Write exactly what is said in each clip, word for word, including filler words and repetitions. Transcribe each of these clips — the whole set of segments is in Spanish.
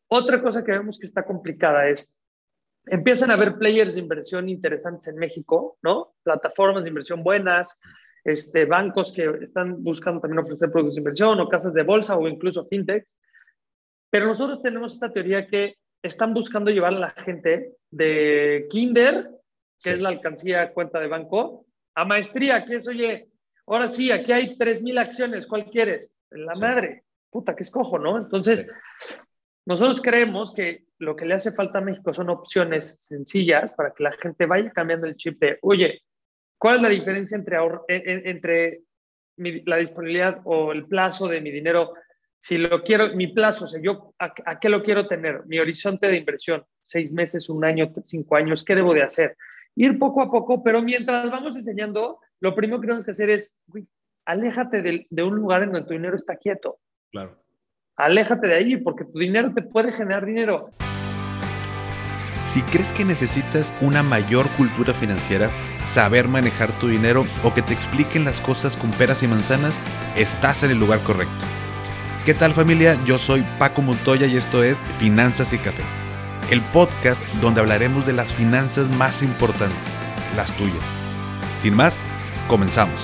Otra cosa que vemos que está complicada es, empiezan a haber players de inversión interesantes en México, ¿no? Plataformas de inversión buenas, este, bancos que están buscando también ofrecer productos de inversión o casas de bolsa o incluso fintechs. Pero nosotros tenemos esta teoría que están buscando llevar a la gente de kinder, que Sí. es la alcancía cuenta de banco, a maestría, que es, oye, ahora sí, aquí hay tres mil acciones, ¿cuál quieres? La Sí. madre, puta, que escojo, ¿no? Entonces, Sí. nosotros creemos que lo que le hace falta a México son opciones sencillas para que la gente vaya cambiando el chip de, oye, ¿cuál es la diferencia entre, ahor- entre mi, la disponibilidad o el plazo de mi dinero? Si lo quiero, mi plazo, o sea, yo, ¿a, ¿a qué lo quiero tener? Mi horizonte de inversión, seis meses, un año, cinco años, ¿qué debo de hacer? Ir poco a poco, pero mientras vamos enseñando, lo primero que tenemos que hacer es, uy, aléjate de, de un lugar en donde tu dinero está quieto. Claro. Aléjate de ahí, porque tu dinero te puede generar dinero. Si crees que necesitas una mayor cultura financiera, saber manejar tu dinero o que te expliquen las cosas con peras y manzanas, estás en el lugar correcto. ¿Qué tal, familia? Yo soy Paco Montoya y esto es Finanzas y Café, el podcast donde hablaremos de las finanzas más importantes, las tuyas. Sin más, comenzamos.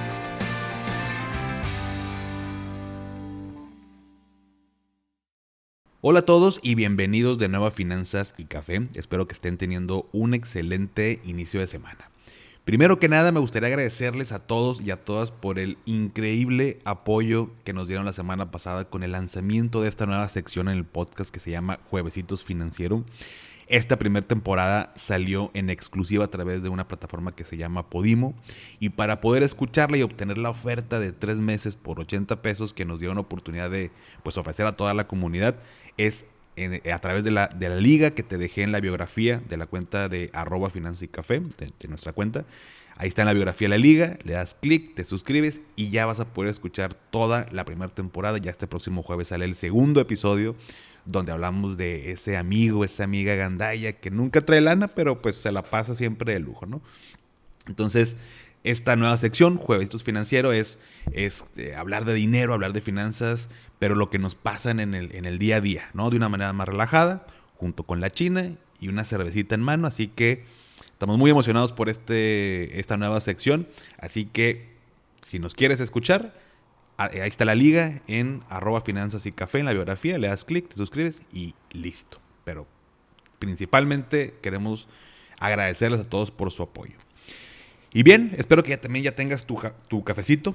Hola a todos y bienvenidos de nuevo a Finanzas y Café. Espero que estén teniendo un excelente inicio de semana. Primero que nada, me gustaría agradecerles a todos y a todas por el increíble apoyo que nos dieron la semana pasada con el lanzamiento de esta nueva sección en el podcast que se llama Juevesitos Financiero. Esta primera temporada salió en exclusiva a través de una plataforma que se llama Podimo, y para poder escucharla y obtener la oferta de tres meses por ochenta pesos que nos dio una oportunidad de pues, ofrecer a toda la comunidad, es en, a través de la, de la liga que te dejé en la biografía de la cuenta de arroba Finanzas y Café, de, de nuestra cuenta. Ahí está en la biografía de la liga, le das clic, te suscribes y ya vas a poder escuchar toda la primera temporada. Ya este próximo jueves sale el segundo episodio, donde hablamos de ese amigo, esa amiga gandalla que nunca trae lana, pero pues se la pasa siempre de lujo, ¿no? Entonces, esta nueva sección, Juevesitos Financiero, es, es eh, hablar de dinero, hablar de finanzas, pero lo que nos pasa en el, en el día a día, ¿no? De una manera más relajada, junto con la china y una cervecita en mano. Así que estamos muy emocionados por este, esta nueva sección. Así que, si nos quieres escuchar, ahí está la liga en arroba Finanzas y Café en la biografía, le das clic, te suscribes y listo. Pero principalmente queremos agradecerles a todos por su apoyo. Y bien, espero que ya también ya tengas tu, tu cafecito.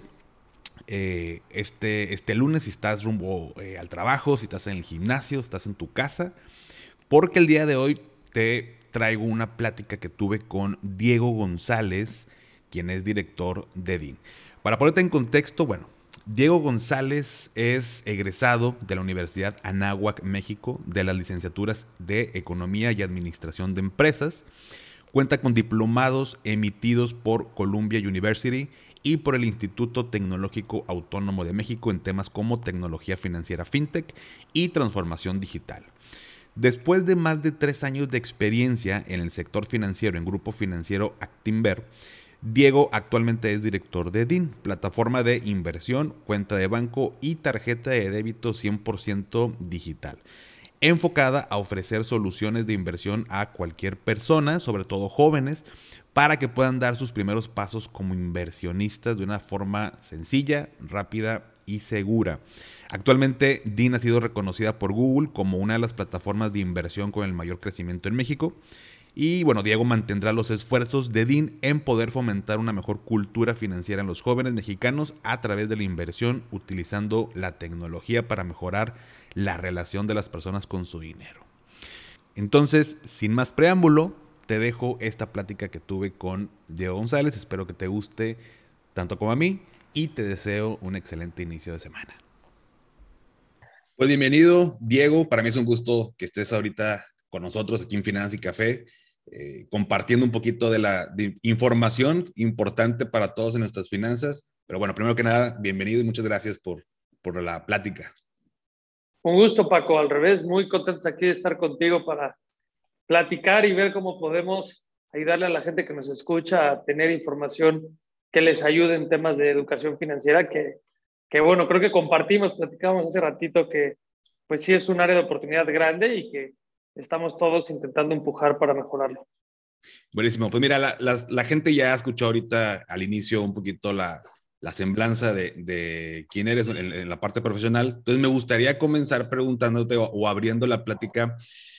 Eh, este, este lunes, si estás rumbo eh, al trabajo, si estás en el gimnasio, si estás en tu casa, porque el día de hoy te traigo una plática que tuve con Diego González, quien es director de D I N. Para ponerte en contexto, bueno, Diego González es egresado de la Universidad Anáhuac, México, de las licenciaturas de Economía y Administración de Empresas. Cuenta con diplomados emitidos por Columbia University y por el Instituto Tecnológico Autónomo de México en temas como tecnología financiera fintech y transformación digital. Después de más de tres años de experiencia en el sector financiero en Grupo Financiero Actinver, Diego actualmente es director de D I N, plataforma de inversión, cuenta de banco y tarjeta de débito cien por ciento digital, enfocada a ofrecer soluciones de inversión a cualquier persona, sobre todo jóvenes, para que puedan dar sus primeros pasos como inversionistas de una forma sencilla, rápida y segura. Actualmente, D I N ha sido reconocida por Google como una de las plataformas de inversión con el mayor crecimiento en México. Y bueno, Diego mantendrá los esfuerzos de D I N en poder fomentar una mejor cultura financiera en los jóvenes mexicanos a través de la inversión, utilizando la tecnología para mejorar la relación de las personas con su dinero. Entonces, sin más preámbulo, te dejo esta plática que tuve con Diego González. Espero que te guste tanto como a mí y te deseo un excelente inicio de semana. Pues bienvenido, Diego. Para mí es un gusto que estés ahorita con nosotros aquí en Finanzas y Café, eh, compartiendo un poquito de la de información importante para todos en nuestras finanzas. Pero bueno, primero que nada, bienvenido y muchas gracias por, por la plática. Un gusto, Paco. Al revés, muy contentos aquí de estar contigo para platicar y ver cómo podemos ayudarle a la gente que nos escucha a tener información que les ayude en temas de educación financiera, que, que bueno, creo que compartimos, platicábamos hace ratito que pues sí es un área de oportunidad grande y que estamos todos intentando empujar para mejorarlo. Buenísimo. Pues mira, la, la, la gente ya escuchó ahorita al inicio un poquito la, la semblanza de, de quién eres en, en, la parte profesional. Entonces me gustaría comenzar preguntándote o, o abriendo la plática,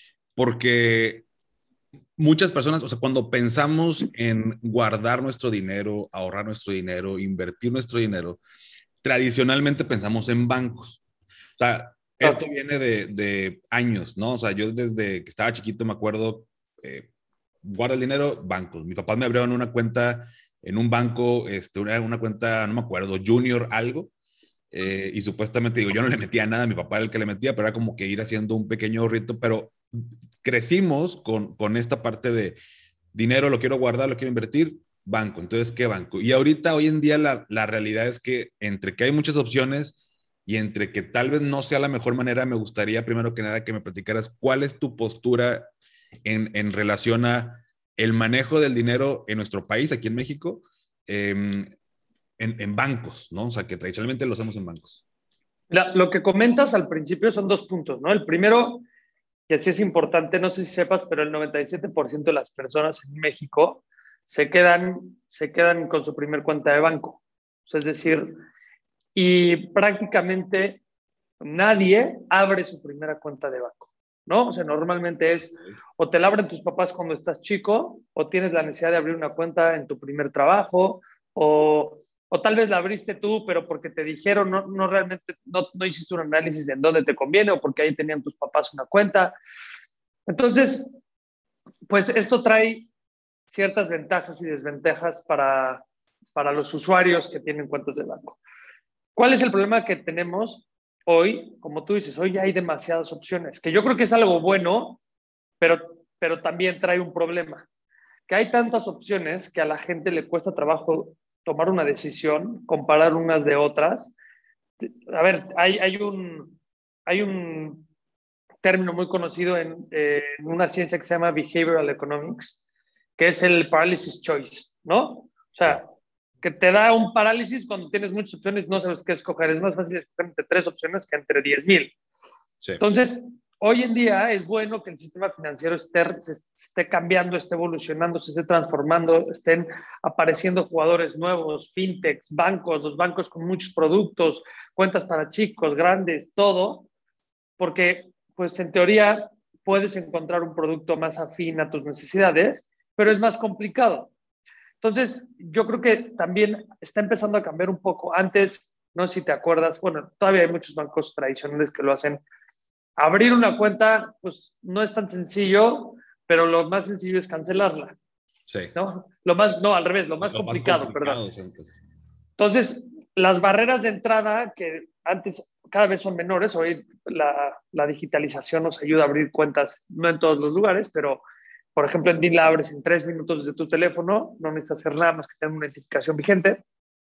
porque muchas personas, o sea, cuando pensamos en guardar nuestro dinero, ahorrar nuestro dinero, invertir nuestro dinero, tradicionalmente pensamos en bancos. O sea, esto viene de, de años, ¿no? O sea, yo desde que estaba chiquito me acuerdo, eh, guarda el dinero, bancos. Mis papás me abrieron una cuenta en un banco, este, una, una cuenta, no me acuerdo, Junior algo, eh, y supuestamente, digo, yo no le metía nada, mi papá era el que le metía, pero era como que ir haciendo un pequeño ahorrito, pero crecimos con, con esta parte de dinero, lo quiero guardar, lo quiero invertir, banco. Entonces, ¿qué banco? Y ahorita, hoy en día, la, la realidad es que entre que hay muchas opciones y entre que tal vez no sea la mejor manera, me gustaría primero que nada que me platicaras cuál es tu postura en, en relación a el manejo del dinero en nuestro país, aquí en México, eh, en, en bancos, ¿no? O sea, que tradicionalmente lo hacemos en bancos. La, lo que comentas al principio son dos puntos, ¿no? El primero, que sí es importante, no sé si sepas, pero el noventa y siete por ciento de las personas en México se quedan, se quedan con su primer cuenta de banco. O sea, es decir, y prácticamente nadie abre su primera cuenta de banco, ¿no? O sea, normalmente es o te la abren tus papás cuando estás chico, o tienes la necesidad de abrir una cuenta en tu primer trabajo, o, o tal vez la abriste tú, pero porque te dijeron, no, no realmente, no, no hiciste un análisis de en dónde te conviene, o porque ahí tenían tus papás una cuenta. Entonces, pues esto trae ciertas ventajas y desventajas para, para los usuarios que tienen cuentas de banco. ¿Cuál es el problema que tenemos hoy? Como tú dices, hoy ya hay demasiadas opciones, que yo creo que es algo bueno, pero, pero también trae un problema, que hay tantas opciones que a la gente le cuesta trabajo tomar una decisión, comparar unas de otras. A ver, hay, hay, un, hay un término muy conocido en, eh, en una ciencia que se llama Behavioral Economics, que es el paralysis choice, ¿no? O sea, sí, que te da un parálisis cuando tienes muchas opciones, no sabes qué escoger. Es más fácil escoger entre tres opciones que entre diez mil. Sí. Entonces, hoy en día es bueno que el sistema financiero esté, se esté cambiando, esté evolucionando, se esté transformando, estén apareciendo jugadores nuevos, fintechs, bancos, los bancos con muchos productos, cuentas para chicos, grandes, todo, porque pues en teoría puedes encontrar un producto más afín a tus necesidades, pero es más complicado. Entonces, yo creo que también está empezando a cambiar un poco. Antes, no sé si te acuerdas, bueno, todavía hay muchos bancos tradicionales que lo hacen. Abrir una cuenta, pues no es tan sencillo, pero lo más sencillo es cancelarla. Sí. ¿No? Lo más, no, al revés, lo más, lo complicado, más complicado, perdón. Sí. Entonces, las barreras de entrada que antes cada vez son menores, hoy la, la digitalización nos ayuda a abrir cuentas, no en todos los lugares, pero por ejemplo, en D I N la abres en tres minutos desde tu teléfono, no necesitas hacer nada más que tener una identificación vigente.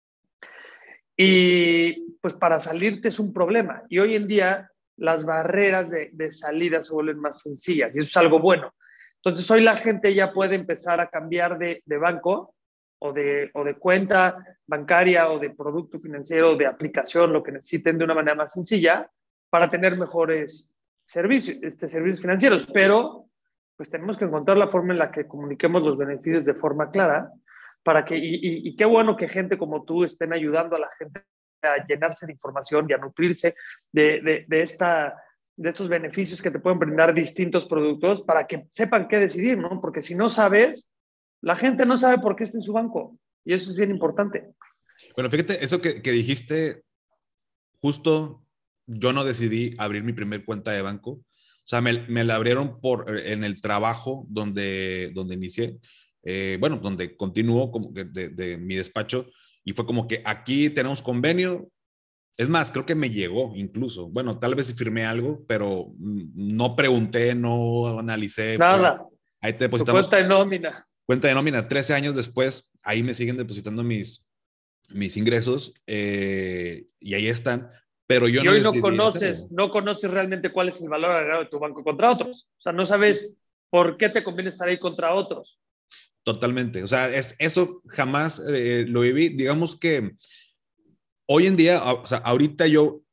Y pues para salirte es un problema. Y hoy en día las barreras de, de salida se vuelven más sencillas y eso es algo bueno. Entonces hoy la gente ya puede empezar a cambiar de, de banco o de, o de cuenta bancaria o de producto financiero o de aplicación, lo que necesiten de una manera más sencilla para tener mejores servicios, este, servicios financieros. Pero pues tenemos que encontrar la forma en la que comuniquemos los beneficios de forma clara para que, y, y, y qué bueno que gente como tú estén ayudando a la gente a llenarse de información y a nutrirse de, de, de, esta, de estos beneficios que te pueden brindar distintos productos para que sepan qué decidir, ¿no? Porque si no sabes, la gente no sabe por qué está en su banco y eso es bien importante. Bueno, fíjate, eso que, que dijiste, justo yo no decidí abrir mi primer cuenta de banco. O sea, me, me la abrieron por, en el trabajo donde, donde inicié, eh, bueno, donde continúo como de, de, de mi despacho, y fue como que aquí tenemos convenio. Es más, creo que me llegó incluso. Bueno, tal vez firmé algo, pero no pregunté, no analicé. Nada. Fue, ahí te depositamos. Tu cuenta de nómina. Cuenta de nómina. trece años después, ahí me siguen depositando mis, mis ingresos eh, y ahí están. Pero yo y no hoy no conoces, hacerlo. no conoces realmente cuál es el valor agregado de tu banco contra otros. O sea, no sabes por qué te conviene estar ahí contra otros. Totalmente. O sea, es, eso jamás eh, lo viví. Digamos que hoy en día, o sea, ahorita yo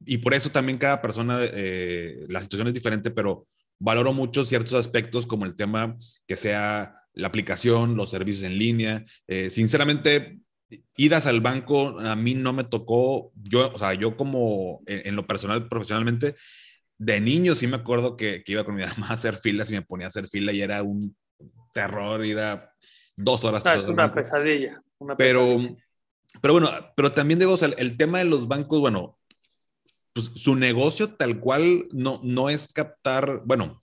y por eso también cada persona, eh, la situación es diferente, pero valoro mucho ciertos aspectos como el tema que sea la aplicación, los servicios en línea. Eh, sinceramente, idas al banco a mí no me tocó, yo, o sea, yo como en, en lo personal, profesionalmente, de niño sí me acuerdo que, que iba con mi mamá a hacer filas y me ponía a hacer fila y era un terror, ir a dos horas, No, tres horas es al una banco. pesadilla, una Pero, pesadilla. pero bueno, pero también digo, o sea, el tema de los bancos, bueno, pues su negocio tal cual no, no es captar, bueno,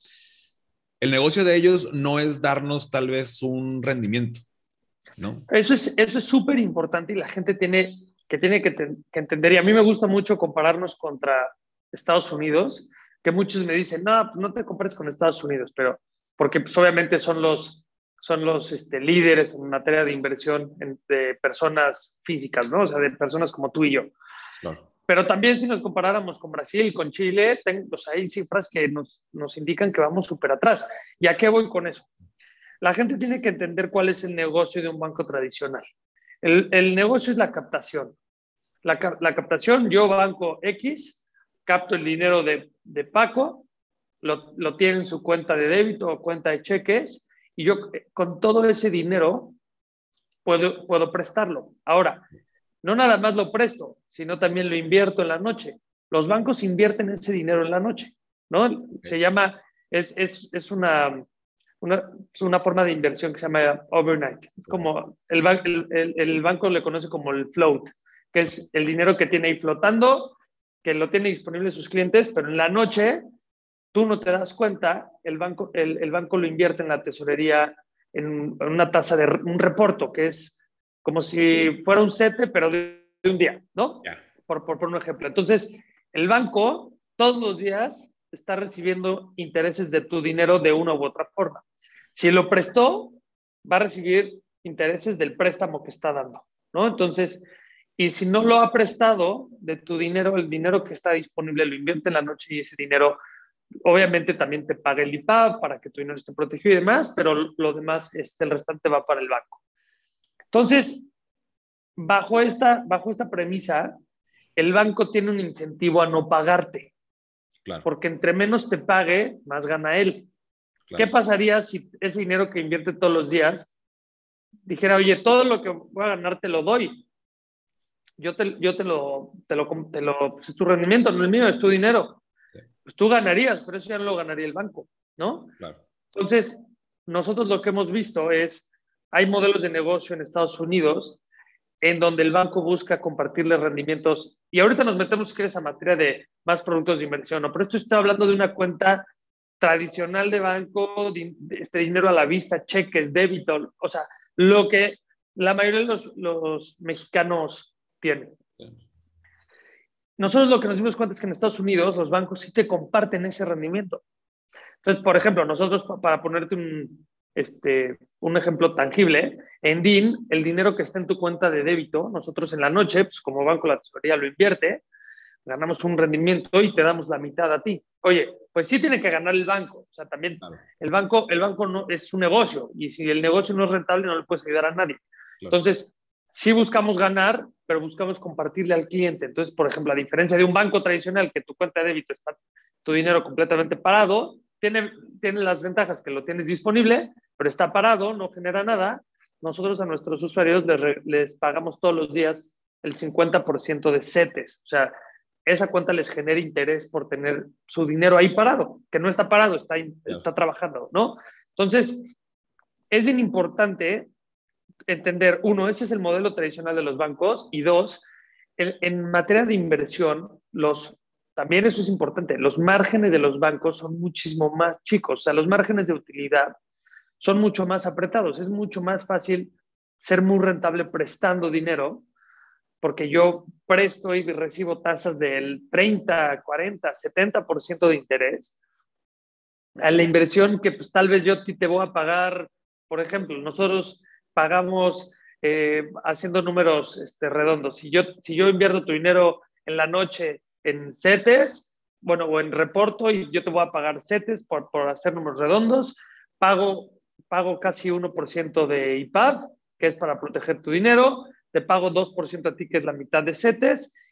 el negocio de ellos no es darnos tal vez un rendimiento, ¿no? Eso es, eso es súper importante y la gente tiene que, tiene que, te, que entender. Y a mí me gusta mucho compararnos contra Estados Unidos, que muchos me dicen, no, pues no te compares con Estados Unidos, pero porque pues, obviamente son los, son los este, líderes en materia de inversión en, de personas físicas, ¿no? O sea, de personas como tú y yo. Claro. Pero también si nos comparáramos con Brasil, con Chile, ten, pues hay cifras que nos, nos indican que vamos súper atrás. ¿Y a qué voy con eso? La gente tiene que entender cuál es el negocio de un banco tradicional. El, el negocio es la captación. La, la, captación, yo banco X, capto el dinero de, de Paco, lo, lo tiene en su cuenta de débito o cuenta de cheques, y yo con todo ese dinero puedo, puedo prestarlo. Ahora, no nada más lo presto, sino también lo invierto en la noche. Los bancos invierten ese dinero en la noche, ¿no? Okay. Se llama, es, es, es una una, una forma de inversión que se llama overnight. Como el, ban el, el, el banco le conoce como el float, que es el dinero que tiene ahí flotando, que lo tiene disponible sus clientes, pero en la noche tú no te das cuenta, el banco, el, el banco lo invierte en la tesorería en, en una tasa de un reporto, que es como si fuera un sete, pero de, de un día, ¿no? Yeah. Por, por, por un ejemplo. Entonces, el banco todos los días está recibiendo intereses de tu dinero de una u otra forma. Si lo prestó, va a recibir intereses del préstamo que está dando, ¿no? Entonces, y si no lo ha prestado de tu dinero, el dinero que está disponible lo invierte en la noche y ese dinero, obviamente también te paga el I P A B para que tu dinero esté protegido y demás, pero lo demás, este, el restante va para el banco. Entonces, bajo esta, bajo esta premisa, el banco tiene un incentivo a no pagarte. Claro. Porque entre menos te pague, más gana él. Claro. ¿Qué pasaría si ese dinero que invierte todos los días dijera, oye, todo lo que voy a ganar te lo doy? Yo te, yo te lo, te lo, te lo, pues es tu rendimiento, no el mío, es tu dinero. Sí. Pues tú ganarías, pero eso ya no lo ganaría el banco, ¿no? Claro. Entonces, nosotros lo que hemos visto es, hay modelos de negocio en Estados Unidos en donde el banco busca compartirle rendimientos. Y ahorita nos metemos, si quieres, a materia de más productos de inversión, ¿no? Pero esto está hablando de una cuenta tradicional de banco, de, de este dinero a la vista, cheques, débito, o sea, lo que la mayoría de los, los mexicanos tienen. Nosotros lo que nos dimos cuenta es que en Estados Unidos los bancos sí te comparten ese rendimiento. Entonces, por ejemplo, nosotros, para ponerte un, este, un ejemplo tangible, en D I N, el dinero que está en tu cuenta de débito, nosotros en la noche, pues como banco la tesorería lo invierte, ganamos un rendimiento y te damos la mitad a ti. Oye, pues sí tiene que ganar el banco. O sea, también claro. el banco, el banco no, es su negocio y si el negocio no es rentable no le puedes ayudar a nadie. Claro. Entonces, sí buscamos ganar, pero buscamos compartirle al cliente. Entonces, por ejemplo, a diferencia de un banco tradicional que tu cuenta de débito está tu dinero completamente parado, tiene, tiene las ventajas que lo tienes disponible, pero está parado, no genera nada. Nosotros a nuestros usuarios les, les pagamos todos los días el cincuenta por ciento de CETES. O sea, esa cuenta les genera interés por tener su dinero ahí parado, que no está parado, está, está trabajando, ¿no? Entonces, es bien importante entender, uno, ese es el modelo tradicional de los bancos, y dos, en, en materia de inversión, los, también eso es importante, los márgenes de los bancos son muchísimo más chicos, o sea, los márgenes de utilidad son mucho más apretados, es mucho más fácil ser muy rentable prestando dinero, porque yo presto y recibo tasas del treinta, cuarenta, setenta por ciento de interés a la inversión que pues tal vez yo te voy a pagar. Por ejemplo, nosotros pagamos eh, haciendo números este, redondos. Si yo, si yo invierto tu dinero en la noche en CETES, bueno, o en reporto, y yo te voy a pagar CETES por, por hacer números redondos, pago, pago casi uno por ciento de I P A B, que es para proteger tu dinero, te pago dos por ciento a ti, que es la mitad de CETES,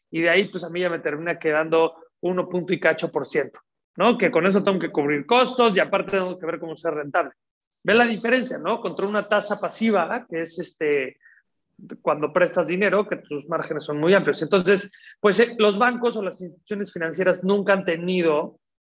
y de ahí pues a mí ya me termina quedando uno punto y cacho por ciento, ¿no? Que con eso tengo que cubrir costos y aparte tengo que ver cómo ser rentable. Ve la diferencia, ¿no? Contra una tasa pasiva, que es este, cuando prestas dinero, que tus márgenes son muy amplios. Entonces, pues eh, los bancos o las instituciones financieras nunca han tenido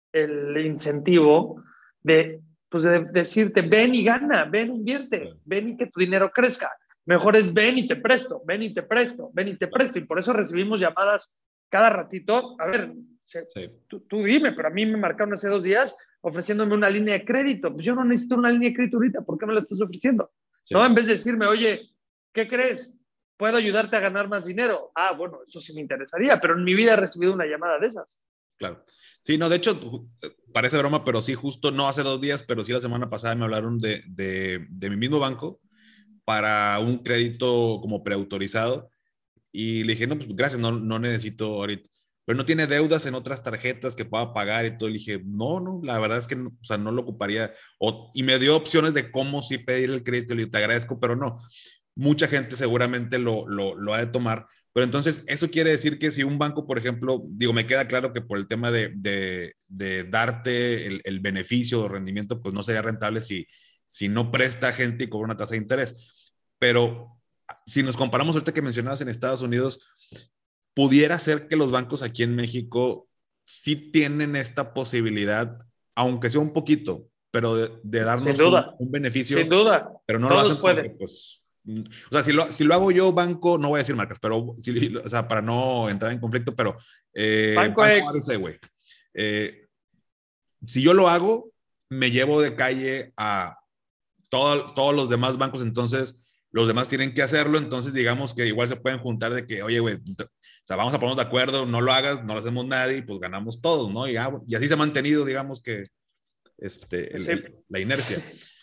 el incentivo de, pues, de decirte, ven y gana, ven, invierte, ven y que tu dinero crezca. Mejor es ven y te presto, ven y te presto, ven y te presto. Y por eso recibimos llamadas cada ratito. A ver, se, sí. tú, tú dime, pero a mí me marcaron hace dos días ofreciéndome una línea de crédito. Pues yo no necesito una línea de crédito ahorita, ¿por qué me la estás ofreciendo? Sí. ¿No? En vez de decirme, oye, ¿qué crees? ¿Puedo ayudarte a ganar más dinero? Ah, bueno, eso sí me interesaría, pero en mi vida he recibido una llamada de esas. Claro. Sí, no, de hecho, parece broma, pero sí, justo no hace dos días, pero sí la semana pasada me hablaron de, de, de mi mismo banco para un crédito como preautorizado y le dije, no, pues gracias, no, no necesito ahorita. Pero no tiene deudas en otras tarjetas que pueda pagar y todo. Le dije, no, no, la verdad es que no, o sea, no lo ocuparía. O, y me dio opciones de cómo sí pedir el crédito. Le dije, te agradezco, pero no. Mucha gente seguramente lo, lo, lo ha de tomar. Pero entonces, eso quiere decir que si un banco, por ejemplo, digo, me queda claro que por el tema de, de, de darte el, el beneficio o rendimiento, pues no sería rentable si, si no presta a gente y cobra una tasa de interés. Pero si nos comparamos ahorita que mencionabas en Estados Unidos, pudiera ser que los bancos aquí en México sí tienen esta posibilidad, aunque sea un poquito, pero de, de darnos un, un beneficio. Sin duda. Pero no Todos lo hacen pueden. Porque, pues, o sea, si lo, si lo hago yo, banco, no voy a decir marcas, pero, si, o sea, para no entrar en conflicto, pero eh, Banco, banco A B C, güey. Eh, si yo lo hago, me llevo de calle a todo, todos los demás bancos, entonces los demás tienen que hacerlo, entonces digamos que igual se pueden juntar de que, oye, güey, o sea, vamos a ponernos de acuerdo, no lo hagas, no lo hacemos nadie, y pues ganamos todos, ¿no? Y, ah, y así se ha mantenido, digamos que, este, el, sí. el, la inercia.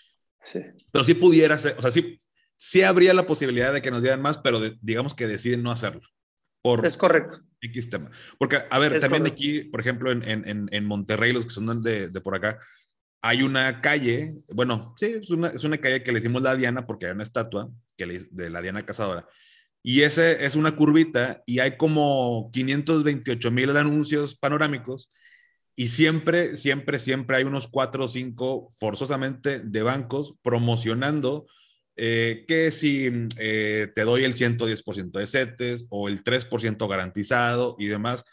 Sí. Pero sí pudiera ser, o sea, sí, sí habría la posibilidad de que nos dieran más, pero de, digamos que deciden no hacerlo. Por es correcto. X tema. Porque, a ver, es también correcto. aquí, por ejemplo, en, en, en Monterrey, los que son de, de por acá, hay una calle, bueno, sí, es una, es una calle que le hicimos la Diana porque hay una estatua que le, de la Diana Cazadora. Y ese es una curvita y hay como quinientos veintiocho mil anuncios panorámicos y siempre, siempre, siempre hay unos cuatro o cinco forzosamente de bancos promocionando eh, que si eh, te doy el ciento diez por ciento de CETES o el tres por ciento garantizado y demás.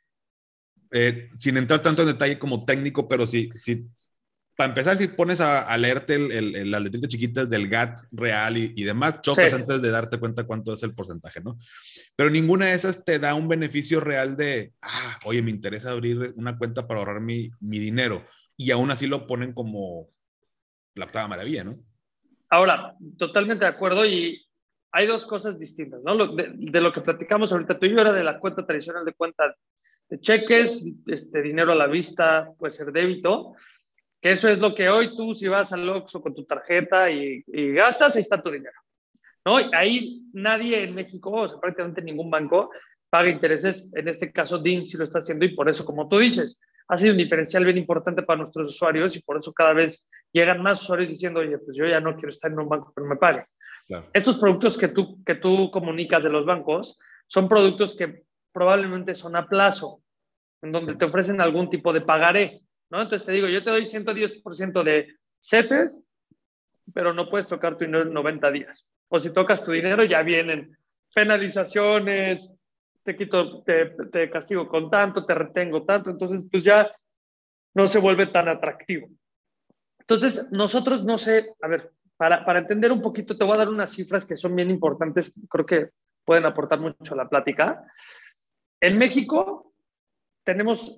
Eh, sin entrar tanto en detalle como técnico, pero sí, sí, para empezar, si pones a, a leerte el, el, el, las letritas chiquitas del G A T real y, y demás, chocas sí. antes de darte cuenta cuánto es el porcentaje, ¿no? Pero ninguna de esas te da un beneficio real de, ah, oye, me interesa abrir una cuenta para ahorrar mi, mi dinero. Y aún así lo ponen como la octava maravilla, ¿no? Ahora, totalmente de acuerdo y hay dos cosas distintas, ¿no? Lo, de, de lo que platicamos ahorita, tú y yo era de la cuenta tradicional de cuenta de cheques, este, dinero a la vista, puede ser débito, que eso es lo que hoy tú si vas al Oxxo con tu tarjeta y, y gastas, ahí está tu dinero, ¿no? Ahí nadie en México, o sea, prácticamente ningún banco paga intereses, en este caso D I N sí lo está haciendo y por eso, como tú dices, ha sido un diferencial bien importante para nuestros usuarios y por eso cada vez llegan más usuarios diciendo, oye, pues yo ya no quiero estar en un banco que no me pague. Claro. Estos productos que tú, que tú comunicas de los bancos son productos que probablemente son a plazo, en donde te ofrecen algún tipo de pagaré, ¿no? Entonces te digo, yo te doy ciento diez por ciento de CETES, pero no puedes tocar tu dinero en noventa días. O si tocas tu dinero ya vienen penalizaciones, te quito, te, te castigo con tanto, te retengo tanto, entonces pues ya no se vuelve tan atractivo. Entonces nosotros no sé, a ver, para, para entender un poquito te voy a dar unas cifras que son bien importantes, creo que pueden aportar mucho a la plática. En México tenemos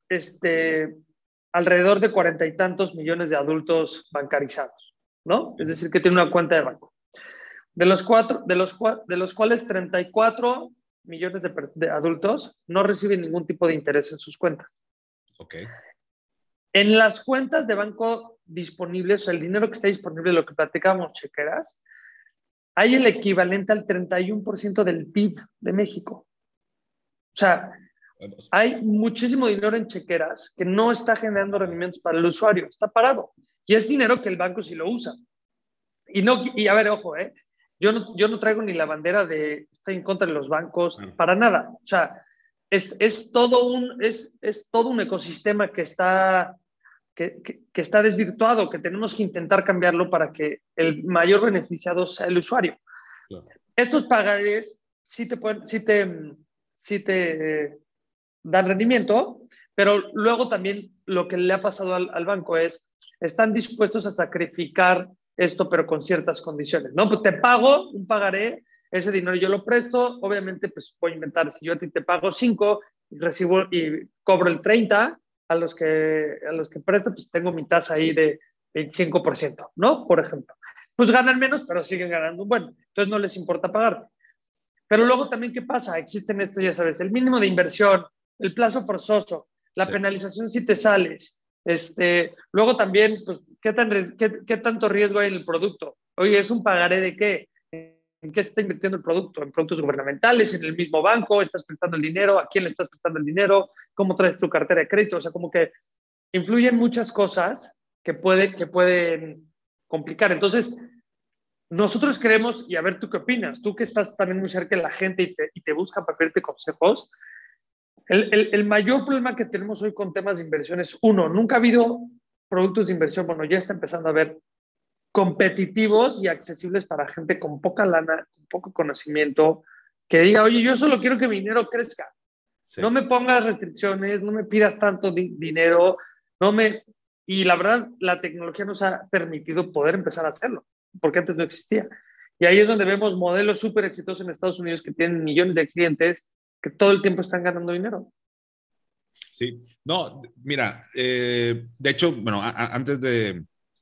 este, alrededor de cuarenta y tantos millones de adultos bancarizados, ¿no? Es decir, que tienen una cuenta de banco. De los, cuatro, de los, de los cuales treinta y cuatro millones de, de adultos no reciben ningún tipo de interés en sus cuentas. Okay. En las cuentas de banco disponibles, o sea, el dinero que está disponible, lo que platicábamos, chequeras, hay el equivalente al treinta y uno por ciento del P I B de México. O sea, hay muchísimo dinero en chequeras que no está generando rendimientos para el usuario, está parado. Y es dinero que el banco sí lo usa. Y, no, y a ver, ojo, ¿eh? Yo no, yo no traigo ni la bandera de estoy en contra de los bancos, para nada. O sea, es, es, todo, un, es, es todo un ecosistema que está, que, que, que está desvirtuado, que tenemos que intentar cambiarlo para que el mayor beneficiado sea el usuario. Claro. Estos pagarés sí te, pueden, sí te, sí te eh, dan rendimiento, pero luego también lo que le ha pasado al, al banco es, están dispuestos a sacrificar esto, pero con ciertas condiciones, ¿no? Pues te pago un pagaré, ese dinero yo lo presto, obviamente, pues voy a inventar, si yo a ti te pago cinco y recibo y cobro el treinta, a los que, a los que presto, pues tengo mi tasa ahí de veinticinco por ciento, ¿no? Por ejemplo. Pues ganan menos, pero siguen ganando un buen. Entonces no les importa pagarte. Pero luego también, ¿qué pasa? Existen esto, ya sabes, el mínimo de inversión, el plazo forzoso, la sí. penalización si te sales. Este, luego también, pues, ¿qué, tan, qué, ¿qué tanto riesgo hay en el producto? Oye, ¿es un pagaré de qué? ¿En qué se está invirtiendo el producto? ¿En productos gubernamentales? ¿En el mismo banco? ¿Estás prestando el dinero? ¿A quién le estás prestando el dinero? ¿Cómo traes tu cartera de crédito? O sea, como que influyen muchas cosas que, puede, que pueden complicar. Entonces, nosotros creemos, y a ver tú qué opinas, tú que estás también muy cerca de la gente y te, y te buscan para pedirte consejos, el, el, el mayor problema que tenemos hoy con temas de inversión es, uno, nunca ha habido productos de inversión, bueno, ya está empezando a haber competitivos y accesibles para gente con poca lana, con poco conocimiento, que diga, oye, yo solo quiero que mi dinero crezca. Sí. No me pongas restricciones, no me pidas tanto di- dinero, no me... Y la verdad, la tecnología nos ha permitido poder empezar a hacerlo, porque antes no existía. Y ahí es donde vemos modelos súper exitosos en Estados Unidos que tienen millones de clientes que todo el tiempo están ganando dinero. Sí, no, mira, eh, de hecho, bueno, a, a, antes de,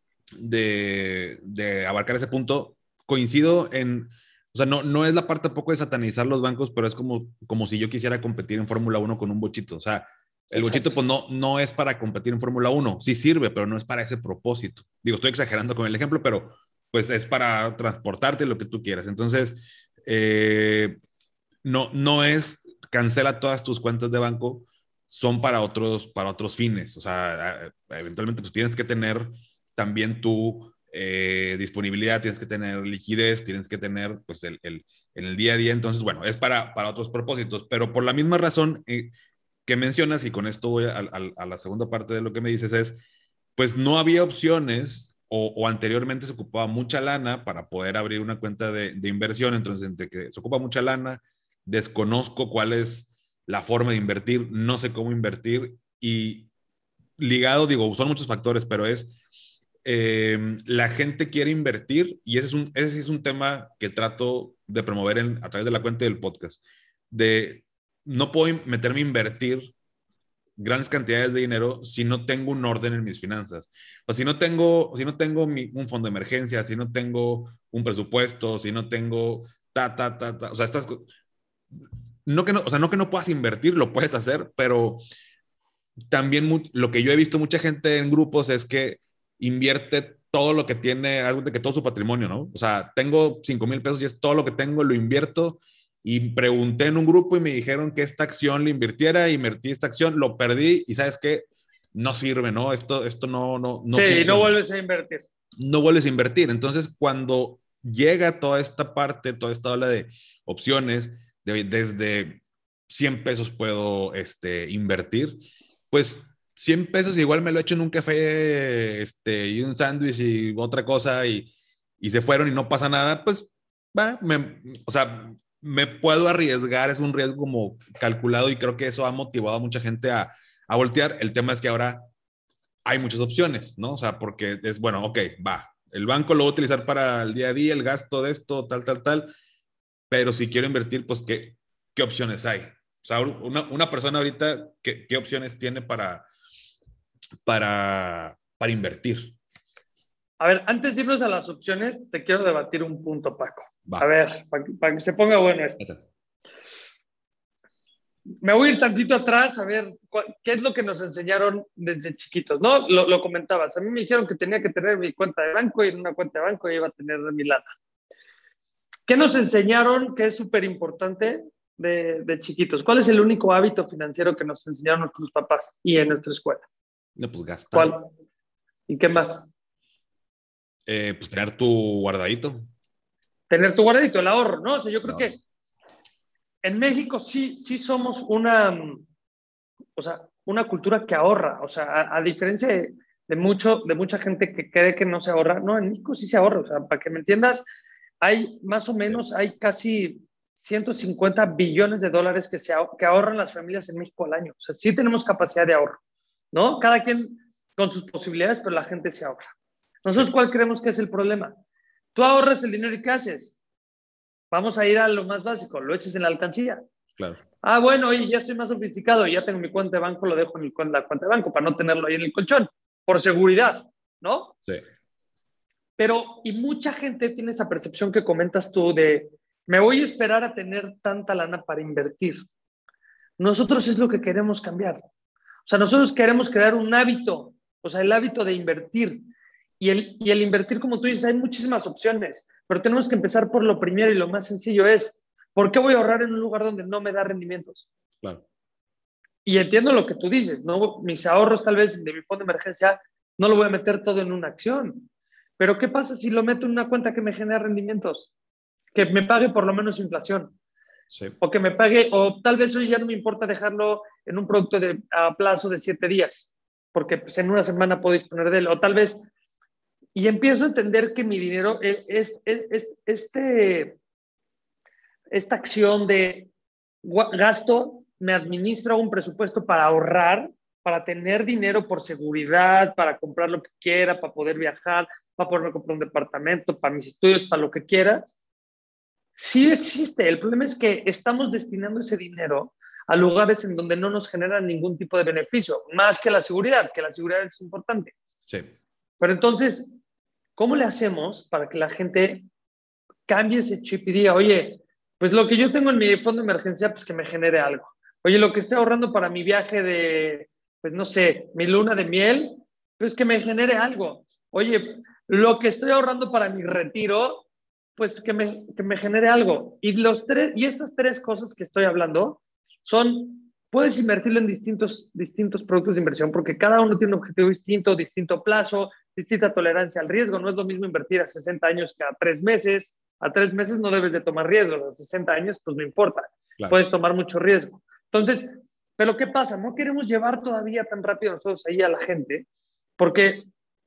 de, de abarcar ese punto, coincido en, o sea, no, no es la parte tampoco de satanizar los bancos, pero es como, como si yo quisiera competir en Fórmula uno con un bochito, o sea, el bochito pues no, no es para competir en Fórmula uno, sí sirve, pero no es para ese propósito. Digo, estoy exagerando con el ejemplo, pero pues es para transportarte lo que tú quieras. Entonces, eh, no, no es cancela todas tus cuentas de banco, son para otros, para otros fines. O sea, eventualmente pues tienes que tener también tu eh, disponibilidad, tienes que tener liquidez, tienes que tener pues el, el, en el día a día. Entonces, bueno, es para, para otros propósitos, pero por la misma razón eh, que mencionas, y con esto voy a, a, a la segunda parte de lo que me dices, es, pues no había opciones o, o, anteriormente se ocupaba mucha lana para poder abrir una cuenta de, de inversión, entonces entre que se ocupa mucha lana, desconozco cuál es la forma de invertir, no sé cómo invertir y ligado, digo, son muchos factores, pero es eh, la gente quiere invertir y ese es, un, ese es un tema que trato de promover en, a través de la cuenta del podcast, de no puedo meterme a invertir grandes cantidades de dinero si no tengo un orden en mis finanzas. O si no tengo, si no tengo mi, un fondo de emergencia, si no tengo un presupuesto, si no tengo ta, ta, ta, ta. O sea, estas no que no, o sea, no que no puedas invertir, lo puedes hacer, pero también mu- lo que yo he visto mucha gente en grupos es que invierte todo lo que tiene, algo de que todo su patrimonio, ¿no? O sea, tengo cinco mil pesos y es todo lo que tengo, lo invierto. Y pregunté en un grupo y me dijeron que esta acción la invirtiera, invertí esta acción, lo perdí y ¿sabes qué? No sirve, ¿no? Esto, esto no, no, no sí, funciona. no vuelves a invertir. No vuelves a invertir. Entonces, cuando llega toda esta parte, toda esta ola de opciones, de, desde cien pesos puedo este, invertir, pues cien pesos igual me lo he hecho en un café este, y un sándwich y otra cosa y, y se fueron y no pasa nada, pues, va, me, o sea, me puedo arriesgar, es un riesgo como calculado y creo que eso ha motivado a mucha gente a, a voltear. El tema es que ahora hay muchas opciones, ¿no? O sea, porque es, bueno, ok, va, el banco lo voy a utilizar para el día a día, el gasto de esto, tal, tal, tal, pero si quiero invertir, pues, ¿qué, qué opciones hay? O sea, una, una persona ahorita, ¿qué, ¿qué opciones tiene para, para, para invertir? A ver, antes de irnos a las opciones, te quiero debatir un punto, Paco. Va. A ver, para que, para que se ponga bueno esto. Me voy a ir tantito atrás a ver qué es lo que nos enseñaron desde chiquitos, ¿no? Lo, lo comentabas. A mí me dijeron que tenía que tener mi cuenta de banco y en una cuenta de banco iba a tener mi lana. ¿Qué nos enseñaron que es súper importante de, de chiquitos? ¿Cuál es el único hábito financiero que nos enseñaron nuestros papás y en nuestra escuela? No, pues gastar. ¿Cuál? ¿Y qué más? Eh, pues tener tu guardadito. Tener tu guardadito, el ahorro, ¿no? O sea, yo creo no. que en México sí, sí somos una, o sea, una cultura que ahorra. O sea, a, a diferencia de, de, mucho, de mucha gente que cree que no se ahorra, no, en México sí se ahorra. O sea, para que me entiendas, hay más o menos, hay casi ciento cincuenta billones de dólares que, se, que ahorran las familias en México al año. O sea, sí tenemos capacidad de ahorro, ¿no? Cada quien con sus posibilidades, pero la gente se ahorra. Nosotros, ¿cuál creemos que es el problema? Tú ahorras el dinero y ¿qué haces? Vamos a ir a lo más básico, lo eches en la alcancía. Claro. Ah, bueno, oye, ya estoy más sofisticado, ya tengo mi cuenta de banco, lo dejo en el, la cuenta de banco para no tenerlo ahí en el colchón, por seguridad, ¿no? Sí. Pero, y mucha gente tiene esa percepción que comentas tú de, me voy a esperar a tener tanta lana para invertir. Nosotros es lo que queremos cambiar. O sea, nosotros queremos crear un hábito, o sea, el hábito de invertir. Y el, y el invertir, como tú dices, hay muchísimas opciones, pero tenemos que empezar por lo primero y lo más sencillo es, ¿por qué voy a ahorrar en un lugar donde no me da rendimientos? Claro. Y entiendo lo que tú dices, ¿no? Mis ahorros tal vez de mi fondo de emergencia no lo voy a meter todo en una acción. Pero ¿qué pasa si lo meto en una cuenta que me genera rendimientos? Que me pague por lo menos inflación. Sí. O que me pague, o tal vez hoy ya no me importa dejarlo en un producto de, a plazo de siete días, porque pues, en una semana puedo disponer de él. O tal vez, y empiezo a entender que mi dinero, es, es, es, este, esta acción de gasto me administra un presupuesto para ahorrar, para tener dinero por seguridad, para comprar lo que quiera, para poder viajar, para poder comprar un departamento, para mis estudios, para lo que quieras. Sí existe. El problema es que estamos destinando ese dinero a lugares en donde no nos generan ningún tipo de beneficio, más que la seguridad, que la seguridad es importante. Sí. Pero entonces, ¿cómo le hacemos para que la gente cambie ese chip y diga, oye, pues lo que yo tengo en mi fondo de emergencia, pues que me genere algo? Oye, lo que estoy ahorrando para mi viaje de, pues no sé, mi luna de miel, pues que me genere algo. Oye, lo que estoy ahorrando para mi retiro, pues que me, que me genere algo. Y, los tres, y estas tres cosas que estoy hablando son, puedes invertirlo en distintos, distintos productos de inversión porque cada uno tiene un objetivo distinto, distinto plazo, distinta tolerancia al riesgo. No es lo mismo invertir a sesenta años que a tres meses. A tres meses no debes de tomar riesgos, a sesenta años pues no importa, claro. Puedes tomar mucho riesgo. Entonces, pero ¿qué pasa? No queremos llevar todavía tan rápido nosotros ahí a la gente, porque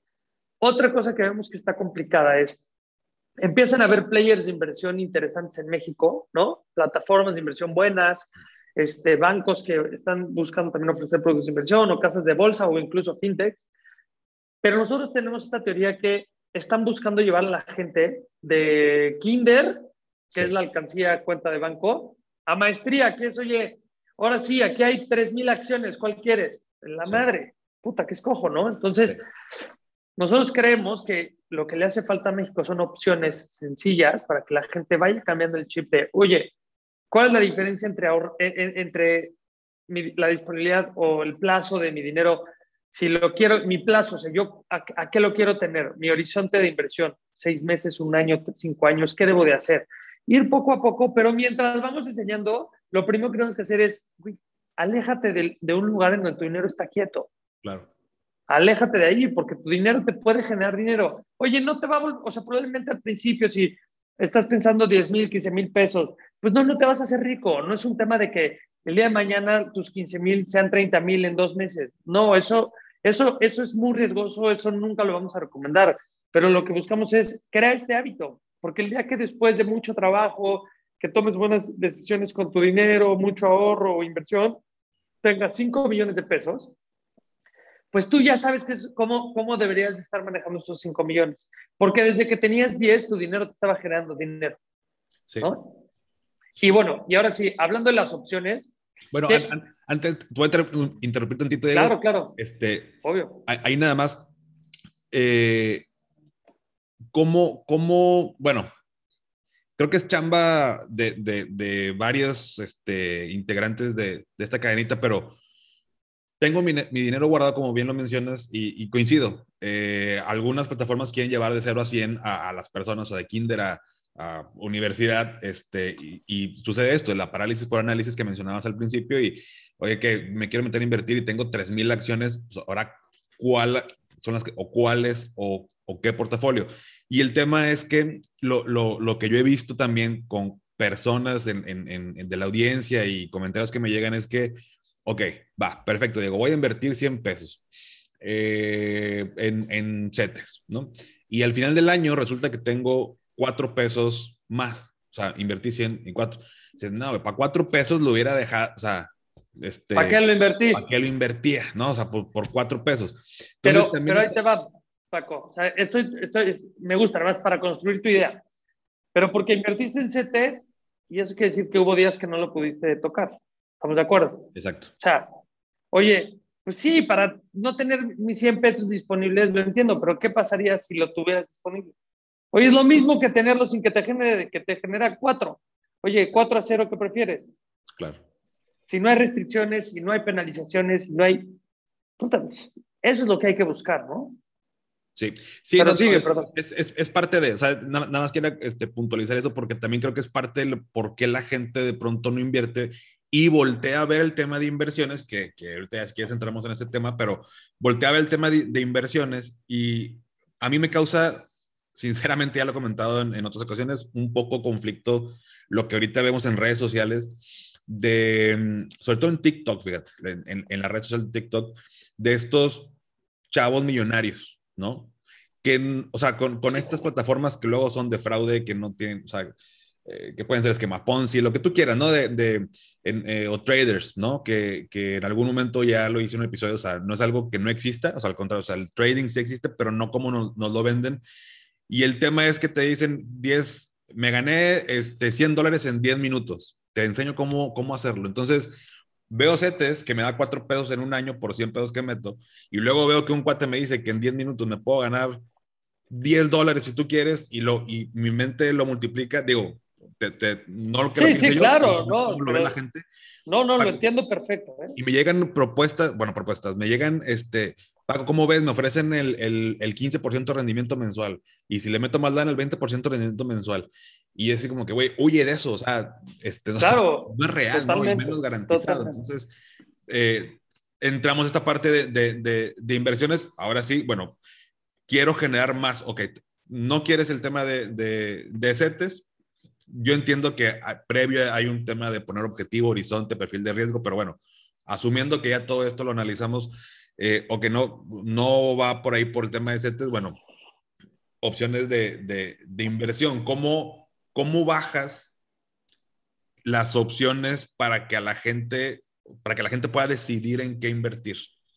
otra cosa que vemos que está complicada es, empiezan a haber players de inversión interesantes en México, ¿no? Plataformas de inversión buenas, este, bancos que están buscando también ofrecer productos de inversión o casas de bolsa o incluso fintechs, pero nosotros tenemos esta teoría que están buscando llevar a la gente de kinder, que sí. es la alcancía cuenta de banco, a maestría, que es, oye, ahora sí, aquí hay tres mil acciones, ¿cuál quieres? La sí. madre, puta, que escojo, ¿no? Entonces, sí. nosotros creemos que lo que le hace falta a México son opciones sencillas para que la gente vaya cambiando el chip de, oye, ¿cuál es la diferencia entre, ahorro, entre mi, la disponibilidad o el plazo de mi dinero? Si lo quiero, mi plazo, o sea, yo, ¿a, ¿a qué lo quiero tener? Mi horizonte de inversión, seis meses, un año, cinco años, ¿qué debo de hacer? Ir poco a poco, pero mientras vamos enseñando, lo primero que tenemos que hacer es, uy, aléjate de, de un lugar en donde tu dinero está quieto. Claro. Aléjate de ahí, porque tu dinero te puede generar dinero. Oye, no te va a volver, o sea, probablemente al principio, si estás pensando diez mil, quince mil pesos, pues no, no te vas a hacer rico. No es un tema de que el día de mañana tus quince mil sean treinta mil en dos meses. No, eso, eso, eso es muy riesgoso, eso nunca lo vamos a recomendar. Pero lo que buscamos es crear este hábito, porque el día que después de mucho trabajo, que tomes buenas decisiones con tu dinero, mucho ahorro o inversión, tengas cinco millones de pesos, pues tú ya sabes que es, cómo, cómo deberías estar manejando esos cinco millones. Porque desde que tenías diez, tu dinero te estaba generando dinero. Sí. ¿No? Y bueno, y ahora sí, hablando de las opciones. Bueno, que... an, an, antes, ¿puedo interrumpir tantito, Diego? Claro, claro. Este, Obvio. Ahí nada más, eh, ¿cómo, cómo, bueno, creo que es chamba de, de, de varios este, integrantes de, de esta cadenita, pero tengo mi, mi dinero guardado, como bien lo mencionas, y, y coincido. Eh, algunas plataformas quieren llevar de cero a cien a, a las personas, o de kinder a, a universidad, este, y, y sucede esto, la parálisis por análisis que mencionabas al principio, y oye, que me quiero meter a invertir y tengo tres mil acciones, pues ahora, ¿cuál son las que, o cuáles, o, o qué portafolio? Y el tema es que lo, lo, lo que yo he visto también con, personas en, en, en, de la audiencia y comentarios que me llegan es que, ok, va, perfecto, Diego, voy a invertir cien pesos eh, en, en CETES, ¿no? Y al final del año resulta que tengo cuatro pesos más, o sea, invertí cien en cuatro. Dices, no, para cuatro pesos lo hubiera dejado, o sea, ¿Para qué este, lo invertí? ¿para qué lo invertía? ¿No? O sea, por, por cuatro pesos. Entonces Pero, también pero ahí está... te va, Paco. O sea, estoy, estoy, me gusta, además, para construir tu idea. Pero porque invertiste en C Ts, y eso quiere decir que hubo días que no lo pudiste tocar. ¿Estamos de acuerdo? Exacto. O sea, oye, pues sí, para no tener mis cien pesos disponibles, lo entiendo, pero ¿qué pasaría si lo tuvieras disponible? Oye, es lo mismo que tenerlo sin que te genere, que te genera cuatro. Oye, cuatro a cero, ¿qué prefieres? Claro. Si no hay restricciones, si no hay penalizaciones, si no hay... Puta, eso es lo que hay que buscar, ¿no? Sí, sí, Pero no, no, sigue, es, perdón. es, es, es parte de, o sea, nada, nada más quiero este, puntualizar eso porque también creo que es parte de por qué la gente de pronto no invierte y voltea a ver el tema de inversiones, que, que ahorita ya si quieres entramos en ese tema, pero voltea a ver el tema de, de inversiones y a mí me causa, sinceramente ya lo he comentado en, en otras ocasiones, un poco conflicto lo que ahorita vemos en redes sociales, de, sobre todo en TikTok, fíjate, en, en, en la red social de TikTok, de estos chavos millonarios, ¿no? Que, o sea, con, con estas plataformas que luego son de fraude, que no tienen, o sea, eh, que pueden ser esquema Ponzi, lo que tú quieras, ¿no? De, de en, eh, o traders, ¿no? Que, que en algún momento ya lo hice en un episodio, o sea, no es algo que no exista, o sea, al contrario, o sea, el trading sí existe, pero no como nos, nos lo venden. Y el tema es que te dicen diez, me gané este, cien dólares en diez minutos, te enseño cómo, cómo hacerlo. Entonces, veo CETES que me da cuatro pesos en un año por cien pesos que meto, y luego veo que un cuate me dice que en diez minutos me puedo ganar diez dólares si tú quieres, y, lo, y mi mente lo multiplica, digo, te, te, no que lo Sí, piense sí, yo, claro, sino no, cómo lo ve la pero gente. no, no, lo Paco, entiendo perfecto, ¿eh? y me llegan propuestas, bueno, propuestas, me llegan, este, Paco, ¿cómo ves? Me ofrecen el, el, el quince por ciento de rendimiento mensual, y si le meto más lana, el veinte por ciento de rendimiento mensual. Y es así como que, güey, huye de eso, o sea, este, no, Claro, no es real, ¿no? Y totalmente, menos garantizado. totalmente. Entonces, eh, entramos a esta parte de, de, de, de inversiones. Ahora sí, bueno, quiero generar más, ok, no quieres el tema de, de, de CETES. Yo entiendo que previo hay un tema de poner objetivo, horizonte, perfil de riesgo, pero bueno, asumiendo que ya todo esto lo analizamos eh, o que no, no va por ahí por el tema de CETES, bueno, opciones de, de, de inversión. ¿Cómo, ¿Cómo bajas las opciones para que a la gente, para que la gente pueda decidir en qué invertir?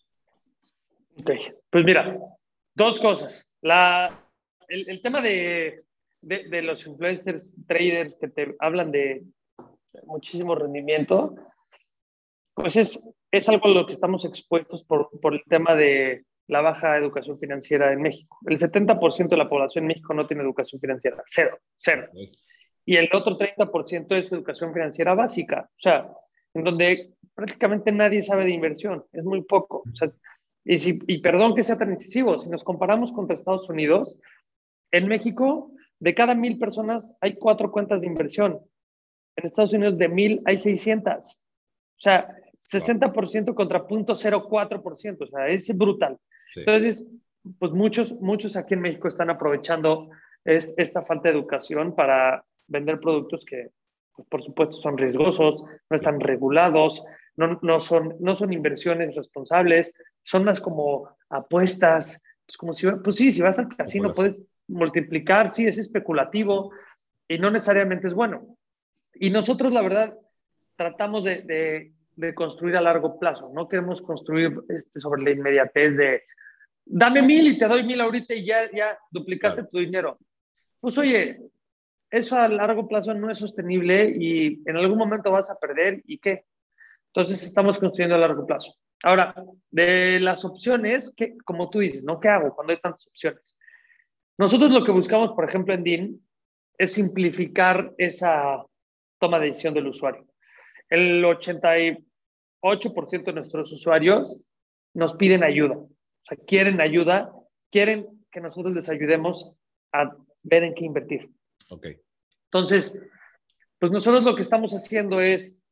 Ok, pues mira, dos cosas. La, el, el tema de, de, de los influencers, traders que te hablan de muchísimo rendimiento, pues es, es algo a lo que estamos expuestos por, por el tema de la baja educación financiera en México. El setenta por ciento de la población en México no tiene educación financiera, cero, cero. Y el otro treinta por ciento es educación financiera básica, o sea, en donde prácticamente nadie sabe de inversión, es muy poco. O sea, y, si, y perdón que sea tan incisivo, si nos comparamos contra Estados Unidos, en México, de cada mil personas hay cuatro cuentas de inversión. En Estados Unidos, de mil hay seiscientas. O sea, Wow. sesenta por ciento contra cero punto cero cuatro por ciento. O sea, es brutal. Sí. Entonces, pues muchos, muchos aquí en México están aprovechando es, esta falta de educación para vender productos que, pues, por supuesto, son riesgosos, no están regulados, no, no, son, no son inversiones responsables, son más como apuestas. Pues, como si, pues sí, si vas al casino puedes multiplicar, sí, es especulativo y no necesariamente es bueno. Y nosotros, la verdad, tratamos de, de, de construir a largo plazo. No queremos construir este, sobre la inmediatez de dame mil y te doy mil ahorita y ya, ya duplicaste Claro. tu dinero. Pues oye, eso a largo plazo no es sostenible y en algún momento vas a perder y qué. Entonces estamos construyendo a largo plazo. Ahora, de las opciones, ¿qué, como tú dices, ¿no? ¿Qué hago cuando hay tantas opciones? Nosotros lo que buscamos, por ejemplo, en D I N, es simplificar esa toma de decisión del usuario. El ochenta y ocho por ciento de nuestros usuarios nos piden ayuda. O sea, quieren ayuda, quieren que nosotros les ayudemos a ver en qué invertir. Ok. Entonces, pues nosotros lo que estamos haciendo es,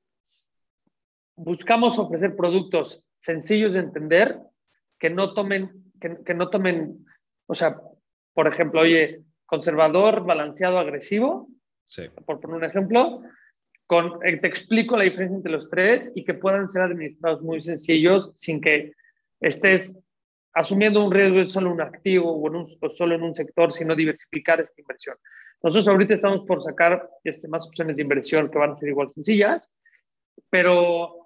buscamos ofrecer productos sencillos de entender, que no tomen, que, que no tomen, o sea, por ejemplo, oye, conservador, balanceado, agresivo, Sí. por poner un ejemplo, con, eh, te explico la diferencia entre los tres y que puedan ser administrados muy sencillos sin que estés asumiendo un riesgo de solo un activo o, en un, o solo en un sector, sino diversificar esta inversión. Nosotros ahorita estamos por sacar este, más opciones de inversión que van a ser igual sencillas, pero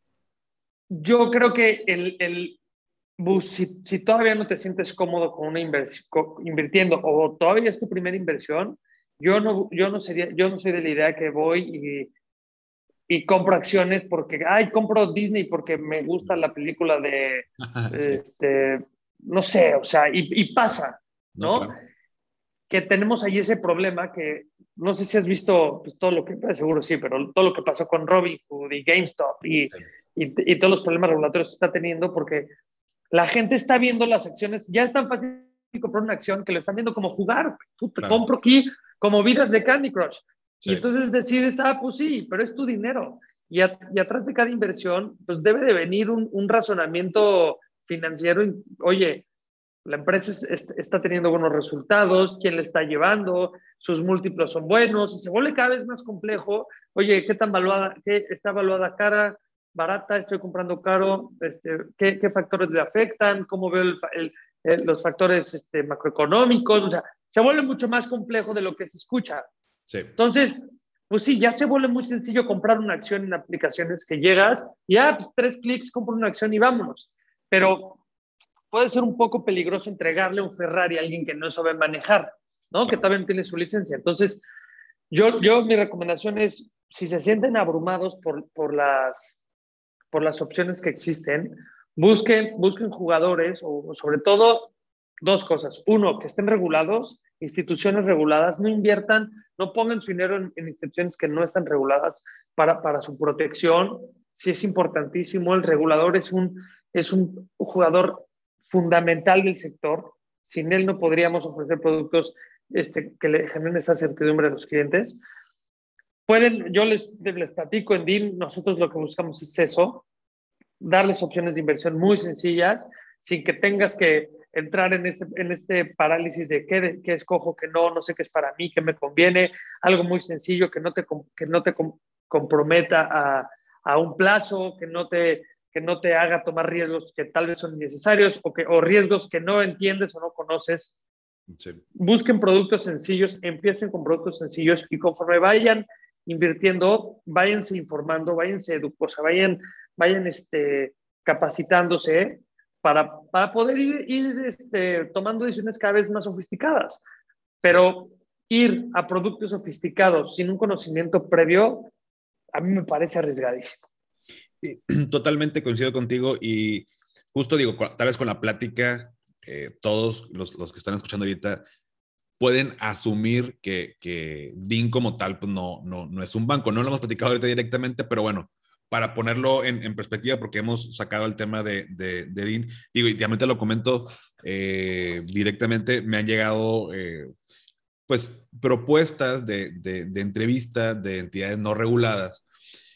yo creo que el, el si, si todavía no te sientes cómodo con una inversión, invirtiendo o todavía es tu primera inversión, yo no, yo no, sería, yo no soy de la idea que voy y, y compro acciones porque, ay, compro Disney porque me gusta la película de, Sí. este, no sé, o sea, y, y pasa, No, ¿no? claro. Que tenemos ahí ese problema que no sé si has visto pues, todo lo que, seguro sí, pero todo lo que pasó con Robinhood y GameStop y, Sí. y, y todos los problemas regulatorios que está teniendo porque la gente está viendo las acciones, ya es tan fácil comprar una acción que lo están viendo como jugar. Tú te Claro. compro aquí como vidas de Candy Crush. Sí. Y entonces decides, ah, pues sí, pero es tu dinero. Y, a, y atrás de cada inversión, pues debe de venir un, un razonamiento financiero. Oye, la empresa es, es, está teniendo buenos resultados, quién le está llevando, sus múltiplos son buenos, y se vuelve cada vez más complejo. Oye, ¿qué tan valuada, qué está evaluada cara, barata, estoy comprando caro? Este, ¿qué, ¿Qué factores le afectan? ¿Cómo veo el, el, el, los factores este, macroeconómicos? O sea, se vuelve mucho más complejo de lo que se escucha. Sí. Entonces, pues sí, ya se vuelve muy sencillo comprar una acción en aplicaciones que llegas y, ah, pues tres clics, compro una acción y vámonos. Pero puede ser un poco peligroso entregarle un Ferrari a alguien que no sabe manejar, ¿no? Que todavía no tiene su licencia. Entonces, yo, yo mi recomendación es, si se sienten abrumados por, por, las, por las opciones que existen, busquen, busquen jugadores o, o sobre todo dos cosas. Uno, que estén regulados, instituciones reguladas, no inviertan, no pongan su dinero en, en instituciones que no están reguladas para, para su protección. Sí es importantísimo, el regulador es un, es un jugador fundamental del sector. Sin él no podríamos ofrecer productos este, que le generen esa certidumbre a los clientes. Pueden, yo les, les platico en D I N, nosotros lo que buscamos es eso, darles opciones de inversión muy sencillas, sin que tengas que entrar en este, en este parálisis de qué, qué escojo, qué no, no sé qué es para mí, qué me conviene, algo muy sencillo que no te, que no te comprometa a, a un plazo, que no te que no te haga tomar riesgos que tal vez son innecesarios o, que, o riesgos que no entiendes o no conoces. Sí. Busquen productos sencillos, empiecen con productos sencillos y conforme vayan invirtiendo, váyanse informando, váyanse o sea, vayan, vayan este, capacitándose para, para poder ir, ir este, tomando decisiones cada vez más sofisticadas. Pero sí, ir a productos sofisticados sin un conocimiento previo, a mí me parece arriesgadísimo. Sí, totalmente coincido contigo y justo digo, tal vez con la plática, eh, todos los, los que están escuchando ahorita pueden asumir que, que D I N como tal pues no, no, no es un banco. No lo hemos platicado ahorita directamente, pero bueno, para ponerlo en, en perspectiva, porque hemos sacado el tema de, de, de D I N, digo, y también te lo comento eh, directamente, me han llegado eh, pues propuestas de, de, de entrevistas de entidades no reguladas.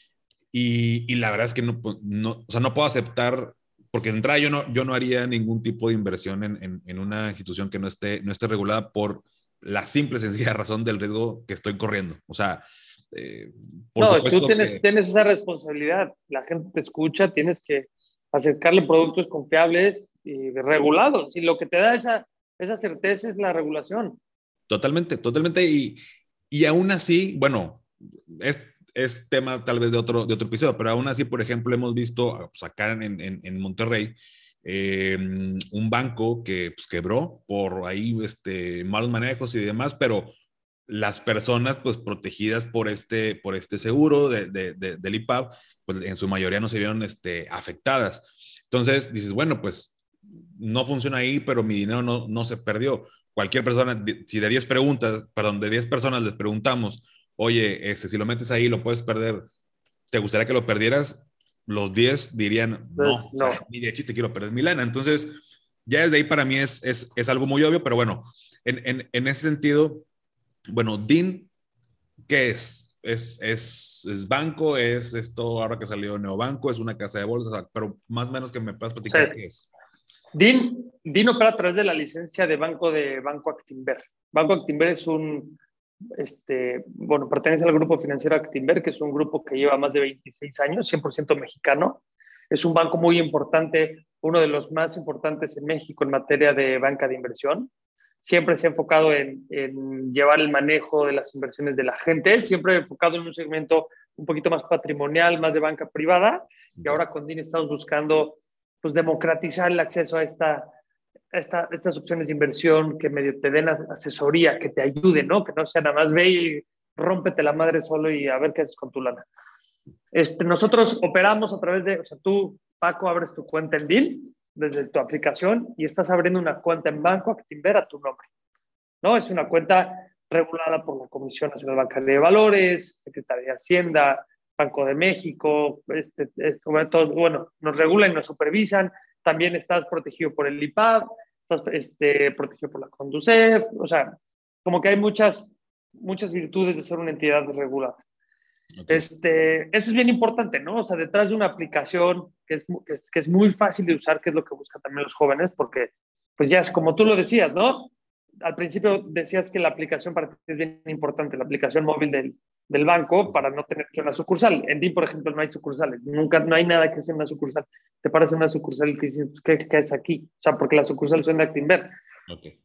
Y, y, la verdad es que no, no, o sea, no puedo aceptar, porque de entrada yo no, yo no haría ningún tipo de inversión en, en, en una institución que no esté, no esté regulada por la simple, sencilla razón del riesgo que estoy corriendo. O sea, eh, por no, supuesto tú tienes, que... tienes esa responsabilidad. La gente te escucha, tienes que acercarle productos confiables y regulados. Y lo que te da esa, esa certeza es la regulación. Totalmente, totalmente. Y, y aún así, bueno, es es tema tal vez de otro, de otro episodio, pero aún así, por ejemplo, hemos visto pues, acá en, en, en Monterrey eh, un banco que pues, quebró por ahí este, malos manejos y demás, pero las personas pues protegidas por este, por este seguro de, de, de, del I P A B, pues en su mayoría no se vieron este, afectadas. Entonces dices, bueno, pues no funciona ahí, pero mi dinero no, no se perdió. Cualquier persona, si de diez preguntas, perdón, de diez personas les preguntamos, oye, este, si lo metes ahí lo puedes perder, ¿te gustaría que lo perdieras? Los diez dirían, no, Entonces, o sea, no. ni de chiste quiero perder mi lana. Entonces, ya desde ahí para mí es, es, es algo muy obvio, pero bueno, en, en, en ese sentido, bueno, D I N, ¿qué es? ¿Es, es, es banco? ¿Es esto ahora que salió Neobanco? ¿Es una casa de bolsas? Pero más o menos que me puedas platicar Sí. qué es. D I N, D I N opera a través de la licencia de banco de Banco Actinver. Banco Actinver es un este, bueno, pertenece al grupo financiero Actinver, que es un grupo que lleva más de veintiséis años, cien por ciento mexicano. Es un banco muy importante, uno de los más importantes en México en materia de banca de inversión. Siempre se ha enfocado en, en llevar el manejo de las inversiones de la gente, siempre enfocado en un segmento un poquito más patrimonial, más de banca privada. Y ahora con D I N estamos buscando pues, democratizar el acceso a esta Esta, estas opciones de inversión que medio te den asesoría, que te ayuden, ¿no? Que no sea nada más ve y rómpete la madre solo y a ver qué haces con tu lana. Este, nosotros operamos a través de, o sea, tú, Paco, abres tu cuenta en D I N desde tu aplicación y estás abriendo una cuenta en Banco Actinver a tu nombre, ¿no? Es una cuenta regulada por la Comisión Nacional Bancaria de Valores, Secretaría de Hacienda, Banco de México, este, este, todo, bueno, nos regulan y nos supervisan. También estás protegido por el I P A B, estás este, protegido por la Conducef, o sea, como que hay muchas, muchas virtudes de ser una entidad regulada. Okay. Este, eso es bien importante, ¿no? O sea, detrás de una aplicación que es, que, es, que es muy fácil de usar, que es lo que buscan también los jóvenes, porque, pues ya es como tú lo decías, ¿no? Al principio decías que la aplicación para ti es bien importante, la aplicación móvil del, del banco, para no tener que una sucursal. En D I N, por ejemplo, no hay sucursales. Nunca, no hay nada que sea una sucursal. Te paras en una sucursal y te dicen, pues, ¿qué, ¿qué es aquí? O sea, porque las sucursales son de Actinver. Okay.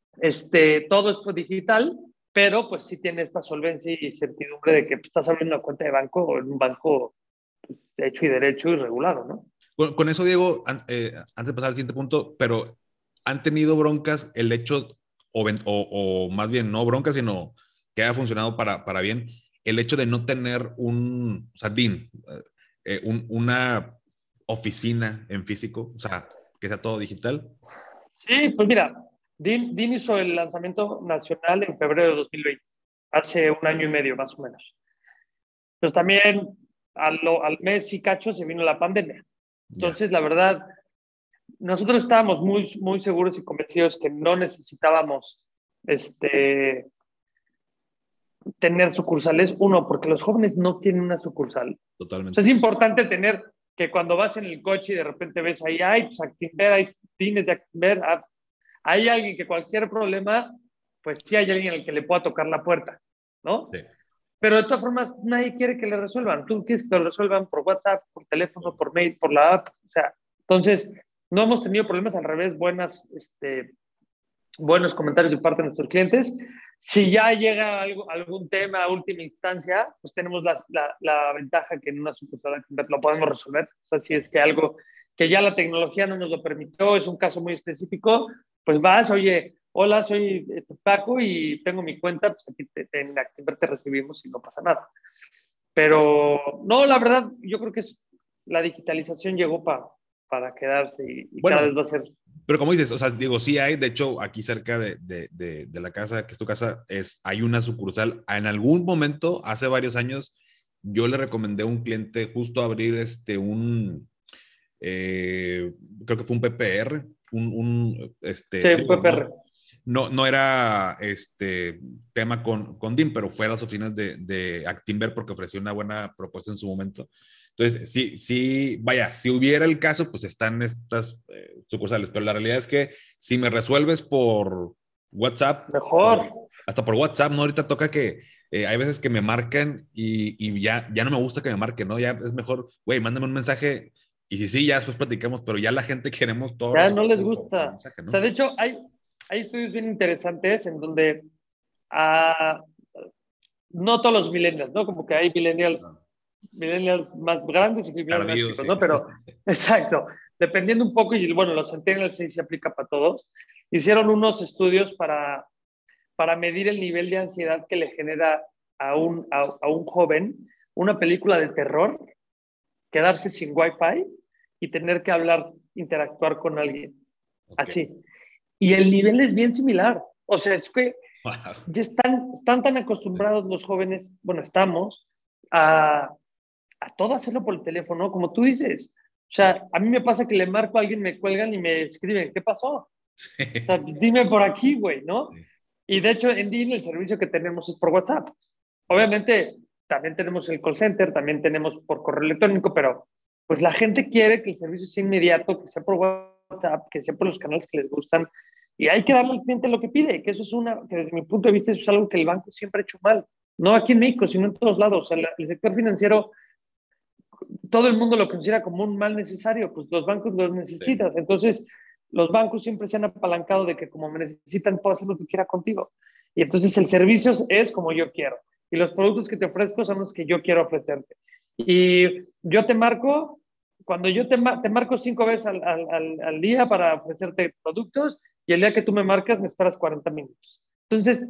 Este, todo es digital, pero pues sí tiene esta solvencia y certidumbre de que pues, estás abriendo una cuenta de banco o en un banco pues, de hecho y derecho y regulado, ¿no? Con, con eso, Diego, an, eh, antes de pasar al siguiente punto, pero ¿han tenido broncas el hecho, o, o, o más bien no broncas, sino que haya funcionado para, para bien, el hecho de no tener un, o sea, D I N, eh, un, una oficina en físico, o sea, que sea todo digital? Sí, pues mira, D I N, D I N hizo el lanzamiento nacional en febrero de dos mil veinte, hace un año y medio más o menos. Pues también al, al mes y cacho se vino la pandemia. Entonces, yeah. la verdad, nosotros estábamos muy, muy seguros y convencidos que no necesitábamos este, tener sucursales. Uno, porque los jóvenes no tienen una sucursal. Totalmente. O sea, es importante tener que cuando vas en el coche y de repente ves ahí, ay, pues Actinver, hay tienes de Actinver, hay alguien que cualquier problema, pues sí hay alguien al que le pueda tocar la puerta, ¿no? Sí. Pero de todas formas, nadie quiere que le resuelvan. Tú quieres que lo resuelvan por WhatsApp, por teléfono, por mail, por la app. O sea, entonces, no hemos tenido problemas, al revés, buenas, este, buenos comentarios de parte de nuestros clientes. Si ya llega algo, algún tema a última instancia, pues tenemos la, la, la ventaja que en una sucursal lo podemos resolver. O sea, si es que algo que ya la tecnología no nos lo permitió, es un caso muy específico, pues vas, oye, hola, soy Paco y tengo mi cuenta, pues aquí te, te, en Actinver te recibimos y no pasa nada. Pero no, la verdad, yo creo que es, la digitalización llegó pa, para quedarse y, y bueno, cada vez va a ser... Pero como dices, o sea, digo, sí hay, de hecho, aquí cerca de, de, de, de la casa, que es tu casa, es, hay una sucursal. En algún momento, hace varios años, yo le recomendé a un cliente justo abrir este, un, eh, creo que fue un P P R, un, un este, sí, digo, P P R. No, no era este tema con, con D I N, pero fue a las oficinas de, de Actinver porque ofreció una buena propuesta en su momento. Entonces, sí, sí, vaya, si hubiera el caso, pues están estas eh, sucursales, pero la realidad es que si me resuelves por WhatsApp, mejor. Por, hasta por WhatsApp, ¿no? Ahorita toca que eh, hay veces que me marcan y, y ya, ya no me gusta que me marquen, ¿no? Ya es mejor, güey, mándame un mensaje y si sí, ya después platicamos, pero ya la gente queremos todo. Ya no les gusta. Mensaje, ¿no? O sea, de hecho, hay, hay estudios bien interesantes en donde uh, no todos los millennials, ¿no? Como que hay millennials, no. millennials más grandes y millennials más chicos, sí. ¿no? Pero, exacto, dependiendo un poco, y bueno, los centennials sí se aplica para todos, hicieron unos estudios para, para medir el nivel de ansiedad que le genera a un, a, a un joven una película de terror, quedarse sin wifi y tener que hablar, interactuar con alguien. Okay. Así. Y el nivel es bien similar. O sea, es que wow. ya están, están tan acostumbrados los jóvenes, bueno, estamos, a, a todo hacerlo por el teléfono, como tú dices. O sea, a mí me pasa que le marco a alguien, me cuelgan y me escriben, ¿qué pasó? Sí. O sea, dime por aquí, güey, ¿no? Sí. Y de hecho, en D I N el servicio que tenemos es por WhatsApp. Obviamente, también tenemos el call center, también tenemos por correo electrónico, pero pues la gente quiere que el servicio sea inmediato, que sea por WhatsApp, que sea por los canales que les gustan. Y hay que darle al cliente lo que pide, que eso es una, que desde mi punto de vista eso es algo que el banco siempre ha hecho mal. No aquí en México, sino en todos lados. O sea, la, el sector financiero, todo el mundo lo considera como un mal necesario, pues los bancos los necesitan. Sí. Entonces, los bancos siempre se han apalancado de que como me necesitan, puedo hacer lo que quiera contigo. Y entonces el servicio es como yo quiero. Y los productos que te ofrezco son los que yo quiero ofrecerte. Y yo te marco, cuando yo te, te marco cinco veces al, al, al día para ofrecerte productos, y el día que tú me marcas me esperas cuarenta minutos. Entonces,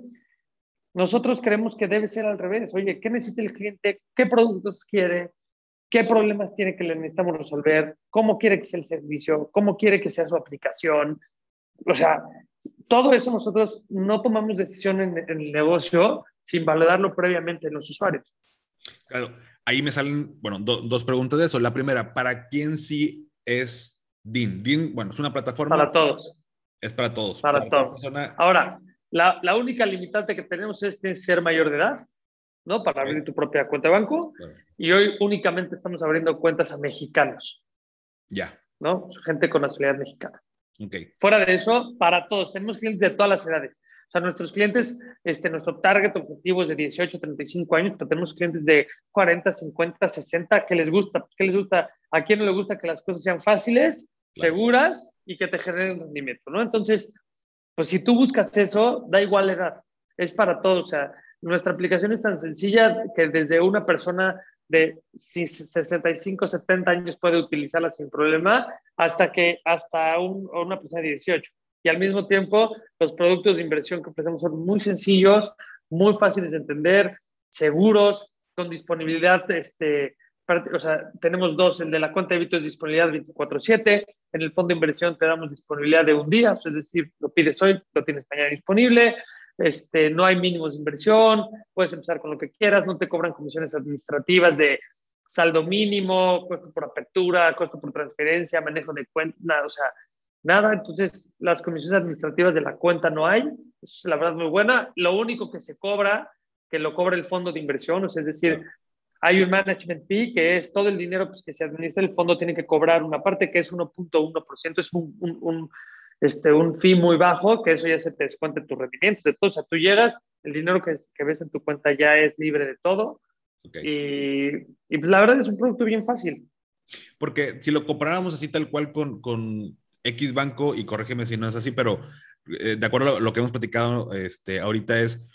nosotros creemos que debe ser al revés. Oye, ¿qué necesita el cliente? ¿Qué productos quiere? ¿Qué problemas tiene que le necesitamos resolver? ¿Cómo quiere que sea el servicio? ¿Cómo quiere que sea su aplicación? O sea, todo eso nosotros no tomamos decisión en, en el negocio sin validarlo previamente en los usuarios. Claro, ahí me salen, bueno, do, dos preguntas de eso. La primera, ¿para quién sí es D I N? D I N, bueno, es una plataforma. Para todos. Es para todos. Para todos. Persona... Ahora, la, la única limitante que tenemos es tienes que ser mayor de edad, ¿no? Para abrir tu propia cuenta de banco. Claro. Y hoy únicamente estamos abriendo cuentas a mexicanos. Ya. ¿No? Gente con nacionalidad mexicana. Okay. Fuera de eso, para todos. Tenemos clientes de todas las edades. O sea, nuestros clientes, este, nuestro target objetivo es de dieciocho a treinta y cinco años, pero tenemos clientes de cuarenta, cincuenta, sesenta, que les gusta. ¿Qué les gusta? ¿A quién no le gusta que las cosas sean fáciles, claro, seguras y que te generen rendimiento, ¿no? Entonces, pues si tú buscas eso, da igual la edad. Es para todos. O sea, nuestra aplicación es tan sencilla que desde una persona de sesenta y cinco, setenta años puede utilizarla sin problema, hasta que hasta un, una persona de dieciocho. Y al mismo tiempo, los productos de inversión que ofrecemos son muy sencillos, muy fáciles de entender, seguros, con disponibilidad, este, o sea, tenemos dos, el de la cuenta de débito es disponibilidad veinticuatro siete, en el fondo de inversión te damos disponibilidad de un día, es decir, lo pides hoy, lo tienes mañana disponible. Este, no hay mínimos de inversión, puedes empezar con lo que quieras, no te cobran comisiones administrativas de saldo mínimo, costo por apertura, costo por transferencia, manejo de cuenta, nada, o sea, nada. Entonces, las comisiones administrativas de la cuenta no hay, eso es la verdad muy buena. Lo único que se cobra, que lo cobra el fondo de inversión, o sea, es decir, hay un management fee, que es todo el dinero pues, que se administra, el fondo tiene que cobrar una parte que es uno punto uno por ciento, es un, un, un Este, un fee muy bajo, que eso ya se te descuenta en tus rendimientos. Entonces, o sea, tú llegas, el dinero que, que ves en tu cuenta ya es libre de todo. Okay. Y, y pues, la verdad es un producto bien fácil. Porque si lo comparáramos así tal cual con, con X banco, y corrígeme si no es así, pero eh, de acuerdo a lo que hemos platicado este, ahorita es,